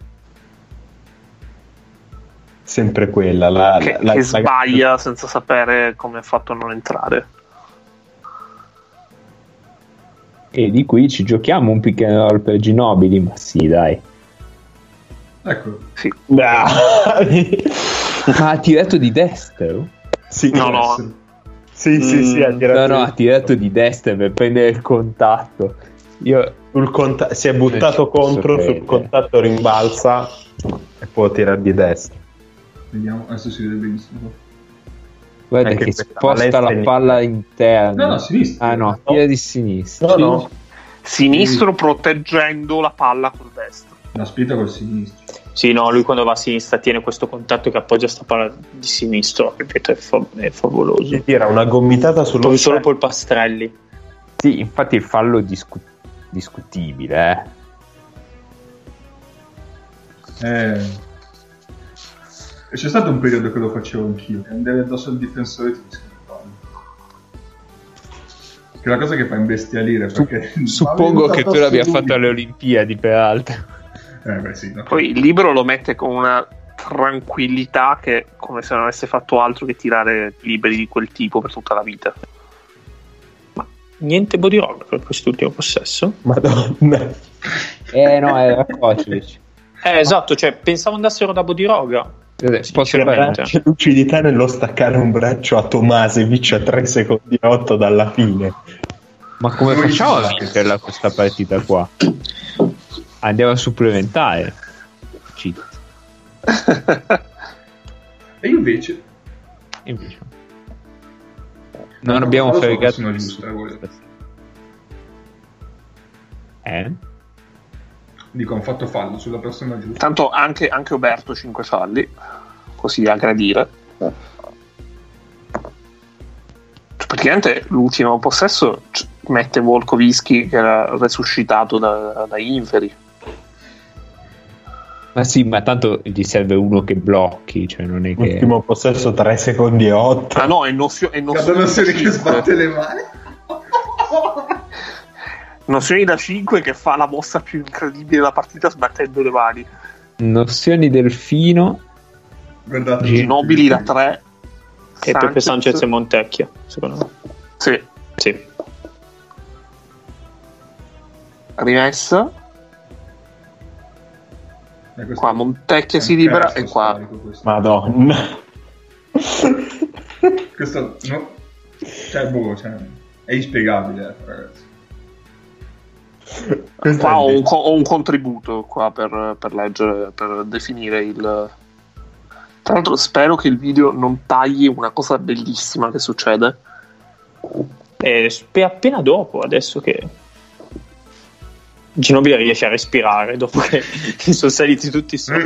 sempre quella. La, che, la- che la- sbaglia senza sapere come ha fatto a non entrare. E di qui ci giochiamo un pick and roll per Ginobili, ma sì, dai. Ecco, Sì. Dai. Ma ha tirato di destro? Sì, No, no. essere. Sì, sì, sì, ha No, tirato no, ha tirato di destra per prendere il contatto. Io sul conta- si è buttato Non ci posso contro, sul credere. contatto rimbalza e può tirare di destra. vediamo, adesso si vede benissimo. guarda Anche che questa sposta la palestra palla interna. No, no, sinistra. Ah no, tira di sinistra. No, no. Sinistro proteggendo la palla col destro. La spinta col sinistro. Sì, no, lui quando va a sinistra tiene questo contatto che appoggia sta palla di sinistro, ripeto, è, fa- è favoloso. Gli tira una gomitata sullo Poi solo schermo. Polpastrelli. Sì, infatti il fallo discu- discutibile, eh. Eh. E c'è stato un periodo che lo facevo anch'io, che andavi addosso al difensore e ti fischiano il fallo. Che è una cosa che fa imbestialire, perché... Suppongo Ma che tu addosso l'abbia lui. fatto alle Olimpiadi, peraltro. Eh beh sì, no. Poi il libro lo mette con una tranquillità che è come se non avesse fatto altro che tirare liberi di quel tipo per tutta la vita. Niente body rock per quest'ultimo possesso. Madonna. Eh no, era Kocevic. Eh, esatto, cioè pensavo andassero da Bodiroga. Posso C'era fare- veramente. C'è lucidità nello staccare un braccio a Tomasevic a tre secondi e otto dalla fine. Ma come Noi facciamo sì. a vincerla questa partita qua? Andiamo a supplementare. Cheat. E invece... Invece. Non abbiamo Fallo sulla fregato persona nessuno. giusta, volevo. Eh? Dico, hanno fatto fallo sulla persona giusta. Tanto anche, anche Oberto cinque falli, così a gradire. praticamente l'ultimo possesso mette Volkovitsky che era resuscitato da, da Inferi. Ma sì, ma tanto gli serve uno che blocchi, cioè non è che... L'ultimo possesso tre secondi e otto. Ah no, è Nozioni è Nozioni che sbatte le mani. Nozioni da cinque che fa la mossa più incredibile della partita sbattendo le mani. Nozioni Delfino. Guardate, Ginobili da tre. E Pepe Sanchez e Montecchia, secondo me. Sì. Sì. Rimessa. Eh, qua Montecchia si libera e qua Madonna. Questo no, cioè, boh, cioè, è inspiegabile, ragazzi. Questo qua ho un, ho un contributo qua per, per leggere, per definire il... Tra l'altro spero che il video non tagli una cosa bellissima che succede. E appena dopo, adesso che Ginobili riesce a respirare dopo che sono saliti tutti su.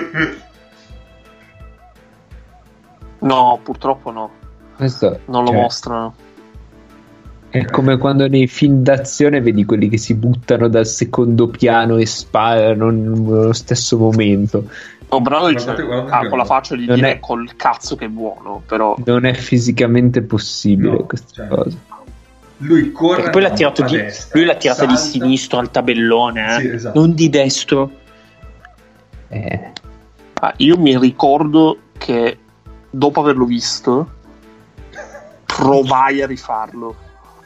No, purtroppo no. Questo, non lo cioè, mostrano. È come quando nei film d'azione vedi quelli che si buttano dal secondo piano e sparano nello stesso momento. Oh, bravo, Guardate, guardate ah, che con la faccia gli non dire è- col cazzo che è buono, però Non è fisicamente possibile No, questa cioè, cosa. Lui corre, Perché poi l'ha tirato a di, destra, lui l'ha tirata di salta. sinistro al tabellone, eh? Sì, esatto. Non di destro. Eh, ah, io mi ricordo che dopo averlo visto provai a rifarlo.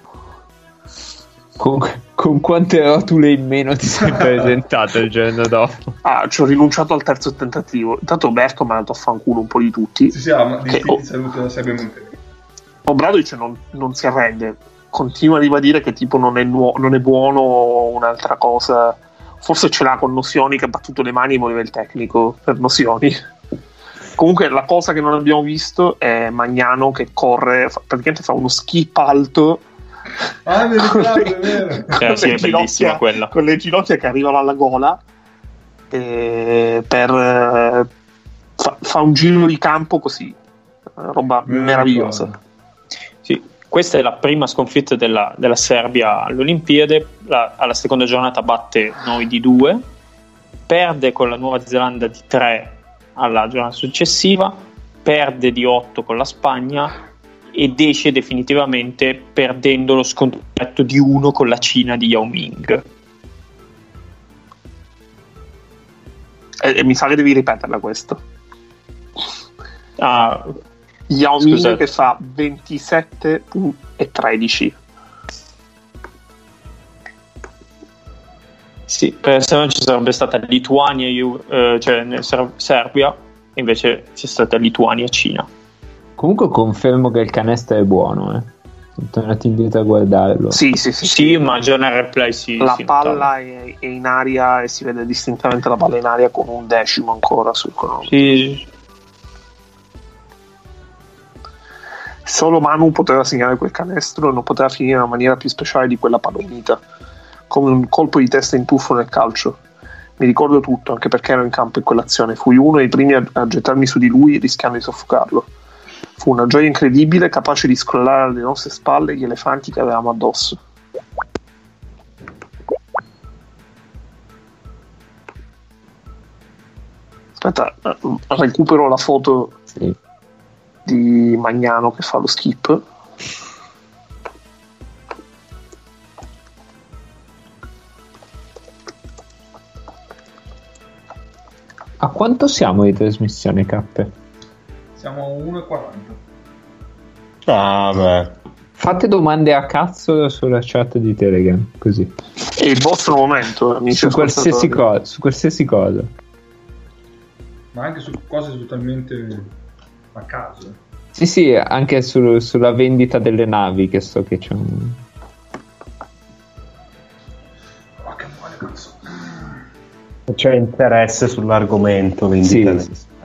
con, con quante rotule in meno ti sei presentato il giorno dopo? Ah, ci ho rinunciato al terzo tentativo. Intanto Berto mi ha dato a fanculo un po' di tutti. Sì, sì, ah, ma di Che- di oh. saluto da Sabio Montenegro. Obradovic non, non si arrende, continua a ribadire che tipo non è, nuo- non è buono o un'altra cosa. Forse ce l'ha con Nozioni che ha battuto le mani e voleva il tecnico per Nozioni. Comunque la cosa che non abbiamo visto è Magnano che corre, fa- praticamente fa uno skip alto Ah, mi con ricordo, le- è vero. con Eh, le sì, è bellissima ginocchia- quella. con le ginocchia che arrivano alla gola e per eh, fa, fa un giro di campo così, eh, roba Me lo meravigliosa. ricordo. Sì, questa è la prima sconfitta della, della Serbia alle Olimpiadi. La- alla seconda giornata batte noi di due, perde con la Nuova Zelanda di tre alla giornata successiva, perde di otto con la Spagna ed esce definitivamente perdendo lo scontro di uno con la Cina di Yao Ming. E, e mi sa che devi ripeterla questo. Ah, Yao Ming Scusate. che fa ventisette e tredici. sì, per se no ci sarebbe stata Lituania, Ju- eh, cioè nel Ser- Serbia, invece c'è stata Lituania-Cina. Comunque confermo che il canestro è buono, eh. Sono tornato indietro a guardarlo. Sì, sì, sì. Sì, ma già nel replay si La si notava. palla è, è in aria e si vede distintamente la palla in aria con un decimo ancora sul cronometro. Sì, Solo Manu poteva segnare quel canestro e non poteva finire in una maniera più speciale di quella pallonita, come un colpo di testa in tuffo nel calcio. Mi ricordo tutto, anche perché ero in campo in quell'azione. Fui uno dei primi a, a gettarmi su di lui rischiando di soffocarlo. Fu una gioia incredibile, capace di scrollare alle nostre spalle gli elefanti che avevamo addosso. Aspetta, eh, recupero la foto Sì. di Magnano che fa lo skip. A quanto siamo di trasmissione, K? Siamo a uno e quaranta. Ah, beh. Fate domande a cazzo sulla chat di Telegram, così. È il vostro momento, amici Su qualsiasi, ascoltatori. cosa, su qualsiasi cosa. Ma anche su cose totalmente a caso. Sì, sì, anche su- sulla vendita delle navi, che so che c'è un... Ma che male, cazzo. C'è interesse sull'argomento vendita. Sì, sì, sì.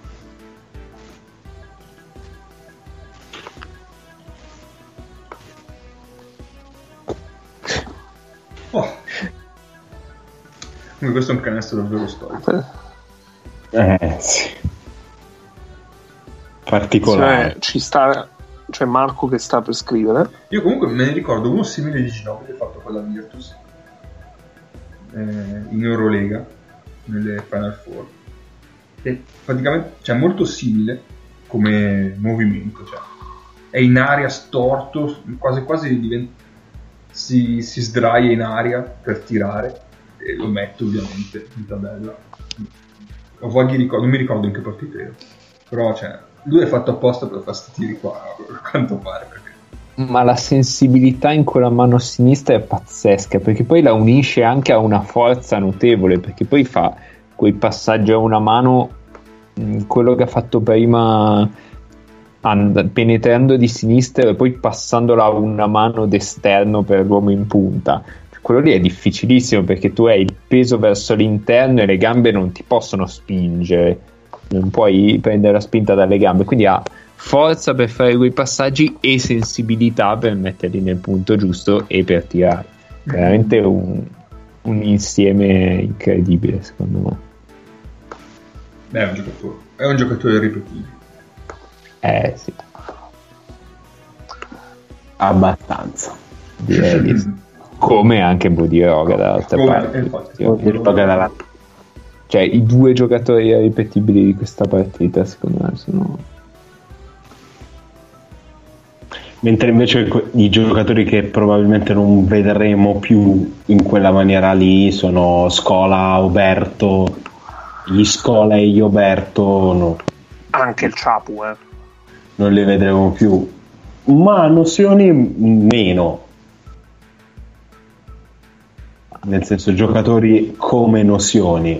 Oh. Comunque questo è un canestro davvero storico. Eh, sì. Particolare. Cioè, ci sta c'è Marco che sta per scrivere. Io comunque me ne ricordo uno simile di Ginobili fatto con la Virtus eh, in Eurolega nelle Final Four, e praticamente cioè molto simile come movimento, cioè è in aria storto, quasi quasi diventa, si, si sdraia in aria per tirare e lo mette ovviamente in tabella. Ho vaghi ricordi, non mi ricordo in che partita ero, però cioè lui è fatto apposta per fare sti tiri qua, a quanto pare, perché... Ma la sensibilità in quella mano sinistra è pazzesca, perché poi la unisce anche a una forza notevole, perché poi fa quei passaggi a una mano, quello che ha fatto prima and- penetrando di sinistra e poi passandola a una mano d'esterno per l'uomo in punta. Quello lì è difficilissimo, perché tu hai il peso verso l'interno e le gambe non ti possono spingere, non puoi prendere la spinta dalle gambe, quindi ha forza per fare quei passaggi e sensibilità per metterli nel punto giusto e per tirare. Veramente un, un insieme incredibile, secondo me. Beh, è un giocatore, è un giocatore ripetibile. Eh sì, abbastanza, direi di sì. Come anche Bodiroga dall'altra Come, parte, infatti, Bodiroga dalla... cioè i due giocatori ripetibili di questa partita secondo me sono, mentre invece i giocatori che probabilmente non vedremo più in quella maniera lì sono Scola, Oberto, gli Scola e gli Oberto no. Anche il Ciapu eh. non li vedremo più, ma nozioni meno, nel senso giocatori come nozioni.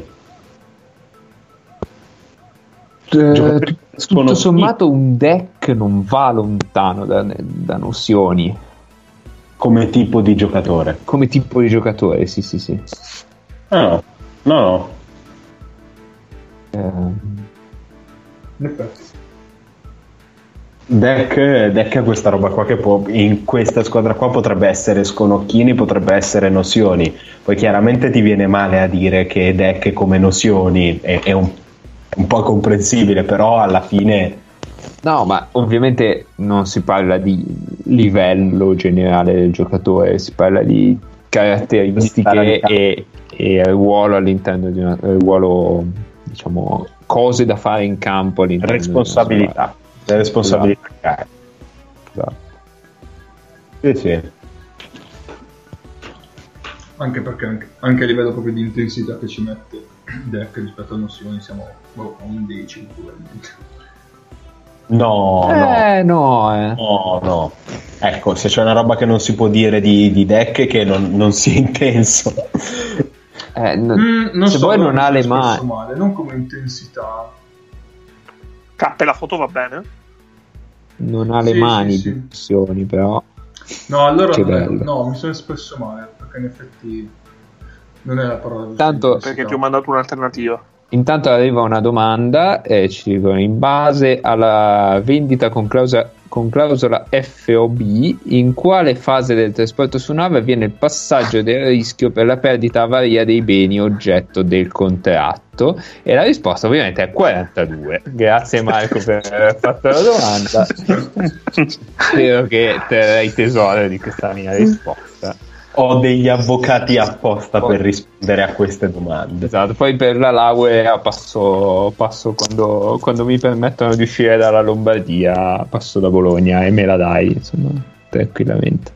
Eh, tutto sommato un deck non va lontano da, da nozioni come tipo di giocatore, come tipo di giocatore sì sì sì ah, no no no eh. Deck, deck è questa roba qua che può, in questa squadra qua potrebbe essere Sconocchini, potrebbe essere Nozioni. Poi chiaramente ti viene male a dire che Deck come Nozioni è, è un, un po' comprensibile, però alla fine no, ma ovviamente non si parla di livello generale del giocatore, si parla di caratteristiche e, e ruolo all'interno di una ruolo, diciamo, cose da fare in campo all'interno responsabilità le responsabilità esatto. Esatto. Sì, sì. Anche perché anche, anche a livello proprio di intensità che ci mette Deck rispetto a Nozioni siamo boh, a un decimo probabilmente. No, eh, no, no, eh. no, no. Ecco, se c'è una roba che non si può dire di, di Deck è che non, non sia intenso. Eh, no, mm, non se so, poi non ha le mani, male, non come intensità. Cappe la foto va bene? Non ha le sì, mani sì, di opzioni, però. No, allora che non è, bello. no, mi sono espresso male, perché in effetti non è la parola giusta. Tanto perché ti ho mandato un'alternativa. Intanto arriva una domanda e ci dicono: in base alla vendita con clausola, con clausola F O B, in quale fase del trasporto su nave avviene il passaggio del rischio per la perdita avaria dei beni oggetto del contratto? E la risposta ovviamente è quarantadue. Grazie Marco per aver fatto la domanda. Spero che terrai tesoro di questa mia risposta. Ho degli avvocati apposta per rispondere a queste domande. Esatto, poi per la laurea passo, passo quando, quando mi permettono di uscire dalla Lombardia, passo da Bologna e me la dai, insomma, tranquillamente.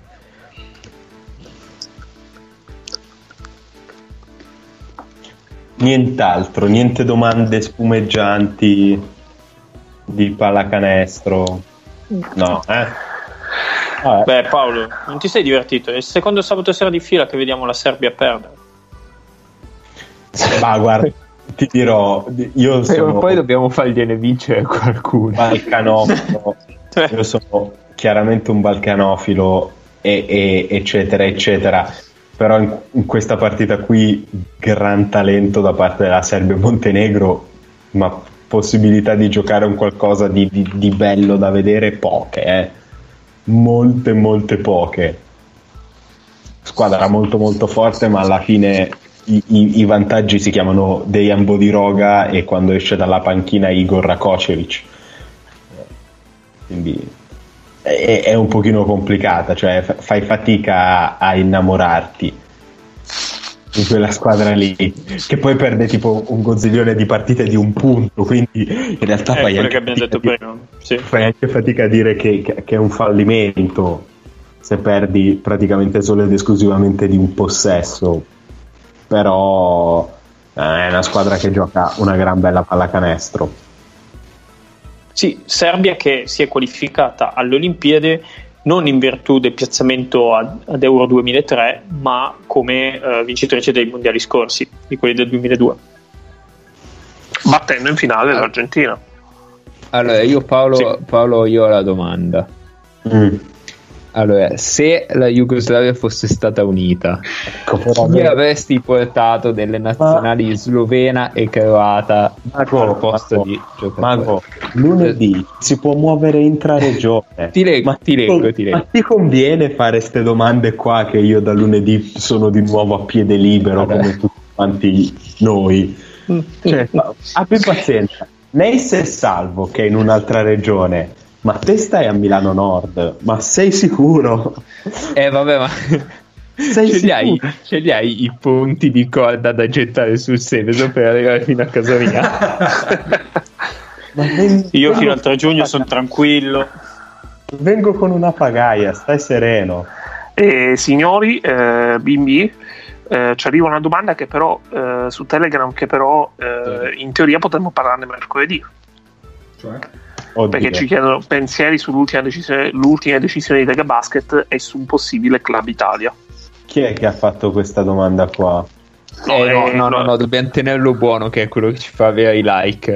Nient'altro, niente domande spumeggianti di pallacanestro. No, eh? Vabbè. Beh, Paolo, non ti sei divertito? È il secondo sabato sera di fila che vediamo la Serbia perdere. Ma guarda, ti dirò, io sono poi dobbiamo fargliene vincere qualcuno. Balcanofilo, io sono chiaramente un balcanofilo e, e, eccetera eccetera, però in, in questa partita qui gran talento da parte della Serbia e Montenegro, ma possibilità di giocare un qualcosa di, di, di bello da vedere poche, eh. molte molte poche. Squadra molto molto forte, ma alla fine i, i, i vantaggi si chiamano Dejan Bodiroga e quando esce dalla panchina Igor Rakočević, quindi è, è un pochino complicata, cioè f- fai fatica a, a innamorarti di quella squadra lì, che poi perde tipo un gozzilione di partite di un punto, quindi in realtà eh, fai, anche che abbiamo detto dire, prima. Sì. fai anche fatica a dire che, che, che è un fallimento se perdi praticamente solo ed esclusivamente di un possesso, però eh, è una squadra che gioca una gran bella pallacanestro. Sì, Serbia che si è qualificata alle Olimpiadi non in virtù del piazzamento ad, ad Euro duemilatré, ma come uh, vincitrice dei mondiali scorsi, di quelli del duemiladue, battendo in finale l'Argentina. Allora io Paolo, sì. Paolo io ho la domanda. Mm. Allora, se la Jugoslavia fosse stata unita, chi avresti portato delle nazionali slovena e croata Mago, al posto Mago, di giocatore? Mago, lunedì si può muovere intraregione. Ti leggo, ma ti leggo, ti leggo. Ma ti conviene fare ste domande qua che io da lunedì sono di nuovo a piede libero, allora, come tutti quanti noi? Cioè, abbi pazienza. Neis è salvo che è in un'altra regione. Ma te stai a Milano Nord, ma sei sicuro? Eh vabbè, ma sei ce, li hai, ce li hai i punti di corda da gettare sul Seveso per arrivare fino a casa mia? Ma ven- io fino al tre giugno sono tranquillo. Vengo con una pagaia, stai sereno. Eh, signori, eh, bimbi, eh, ci arriva una domanda che però eh, su Telegram che però eh, in teoria potremmo parlarne mercoledì. Cioè? Oddio. Perché ci chiedono pensieri sull'ultima decisione, l'ultima decisione di Lega Basket e su un possibile Club Italia. Chi è che ha fatto questa domanda qua? No, eh, no, no, no, no, dobbiamo tenerlo buono, che è quello che ci fa avere i like.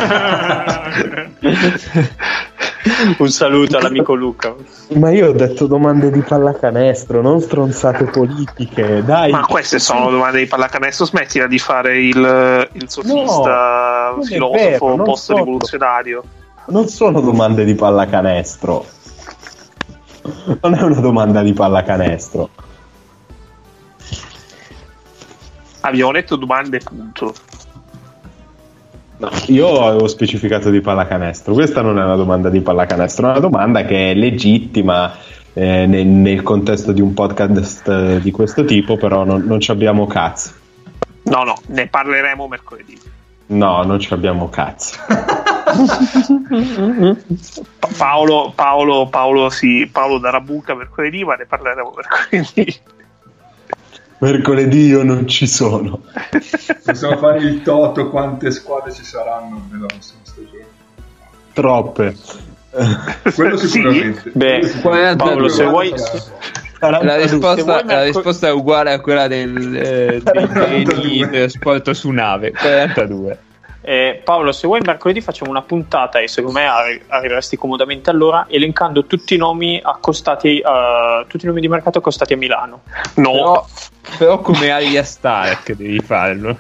Un saluto all'amico Luca. Ma io ho detto domande di pallacanestro, non stronzate politiche, dai. Ma queste sono domande di pallacanestro, smettila di fare il, il sofista, no, filosofo post-rivoluzionario. Non sono domande di pallacanestro. Non è una domanda di pallacanestro. Abbiamo detto domande, punto. No, io avevo specificato di pallacanestro. Questa non è una domanda di pallacanestro, è una domanda che è legittima eh, nel, nel contesto di un podcast di questo tipo, però non, non ci abbiamo cazzo. No, no, ne parleremo mercoledì. No, non ci abbiamo cazzo. Paolo, Paolo, Paolo, sì, Paolo darà buca mercoledì, ma ne parleremo mercoledì. Mercoledì io non ci sono. Possiamo fare il toto quante squadre ci saranno nella prossima stagione? Troppe. Quello sicuramente. Sì? Beh, Quello Paolo, se vuoi la risposta, la risposta è uguale a quella del eh, dei trasporto su nave, quarantadue. Eh, Paolo, se vuoi mercoledì facciamo una puntata e secondo me arri- arriveresti comodamente all'ora elencando tutti i nomi accostati uh, tutti i nomi di mercato accostati a Milano. No, però, però come Arya Stark devi farlo.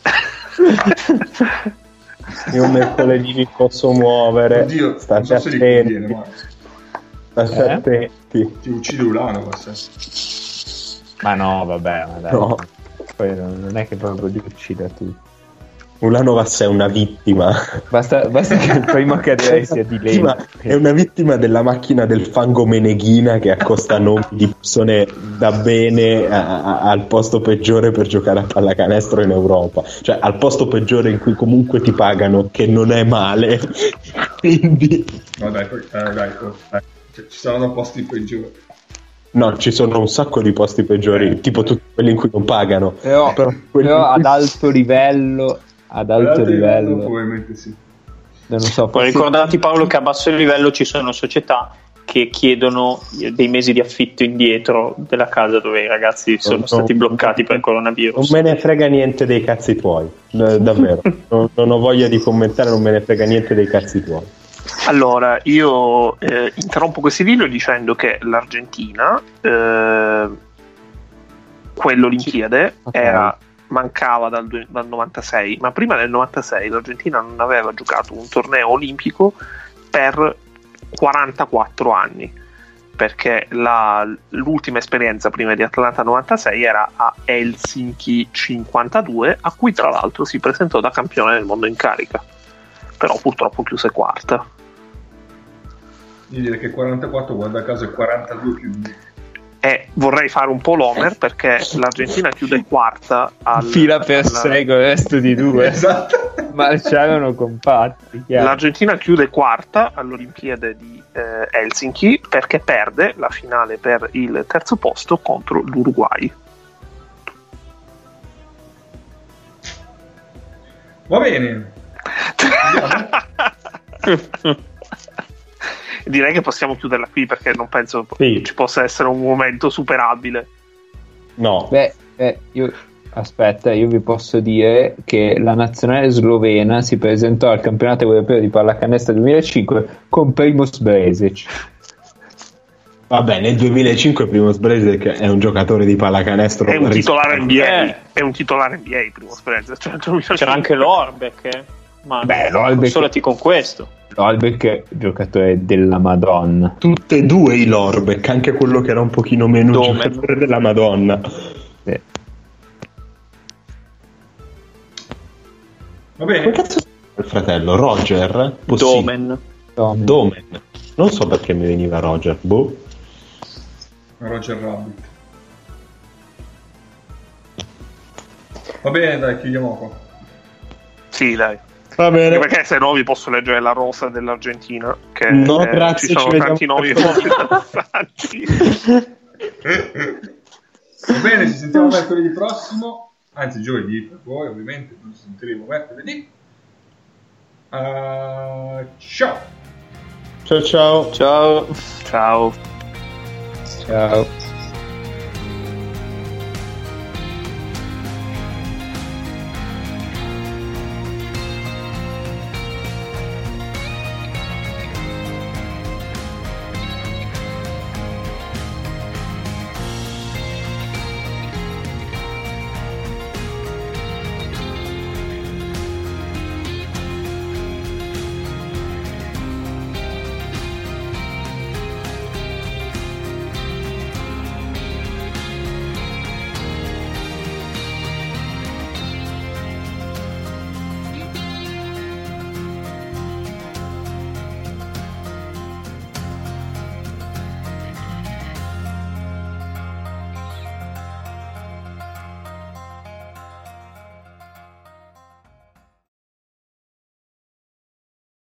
Io mercoledì mi posso muovere. Oddio, state non so se attenti. Conviene, ma... State eh? attenti. Ti uccide Ulano, ma no, vabbè, ma dai. No. Poi non è che proprio li uccida tu. Ulanova è una vittima. Basta, basta che il primo che arriva sia di lei. È una vittima della macchina del fango Meneghina che accosta nomi di persone da bene a, a, al posto peggiore per giocare a pallacanestro in Europa. Cioè al posto peggiore in cui comunque ti pagano, che non è male. Quindi no dai, poi, eh, dai, poi, dai. Cioè, ci saranno posti peggiori. No, ci sono un sacco di posti peggiori, eh, tipo tutti quelli in cui non pagano. Però, però, però ad alto livello ad alto ad livello, livello probabilmente sì. Non so, poi ricordati Paolo che a basso livello ci sono società che chiedono dei mesi di affitto indietro della casa dove i ragazzi sono no, stati bloccati no, per coronavirus. Non me ne frega niente dei cazzi tuoi, davvero. non, non ho voglia di commentare, non me ne frega niente dei cazzi tuoi. Allora, io eh, interrompo questo video dicendo che l'Argentina eh, quell'Olimpiade okay. era mancava dal, dal novantasei, ma prima del novantasei l'Argentina non aveva giocato un torneo olimpico per quarantaquattro anni, perché la, l'ultima esperienza prima di Atlanta novantasei era a Helsinki cinquantadue, a cui tra l'altro si presentò da campione del mondo in carica, però purtroppo chiuse quarta. Io direi che quarantaquattro, guarda caso, è quarantadue più uno. E vorrei fare un po' l'Homer perché l'Argentina chiude quarta al, fila per alla... sei con il resto di due. Esatto. Marciarono compatti. Chiaro. L'Argentina chiude quarta all'Olimpiade di eh, Helsinki perché perde la finale per il terzo posto contro l'Uruguay. Va bene. Direi che possiamo chiuderla qui perché non penso Sì. ci possa essere un momento superabile. No. Beh, eh, io aspetta, io vi posso dire che la nazionale slovena si presentò al campionato europeo di pallacanestro duemilacinque con Primož Bresic. Vabbè, nel duemilacinque Primož Bresic è un giocatore di pallacanestro. È un titolare N B A, Eh. è un titolare N B A Primož Bresic. Cioè, C'era anche l'Orbeck, eh. Ma Beh, non l'Orbeck- consolati con questo. L'Olbeck è giocatore della Madonna. Tutte e due i Lorbeck, anche quello che era un pochino meno Domen. giocatore della Madonna. Sì. Va bene. Come cazzo si chiama il fratello? Roger? Possibile. Domen. Domen. Domen. Non so perché mi veniva Roger. Boh. Roger Rabbit. Va bene, dai, chiudiamo qua. Sì, dai. Va bene. Perché se no vi posso leggere la rosa dell'Argentina. Che No, eh, grazie, ci sono ci tanti vediamo. nomi molto interessanti. Va bene, ci sentiamo mercoledì prossimo. Anzi, giovedì per voi, ovviamente. Non ci sentiremo mercoledì. Uh, ciao. Ciao ciao. Ciao. Ciao. Ciao.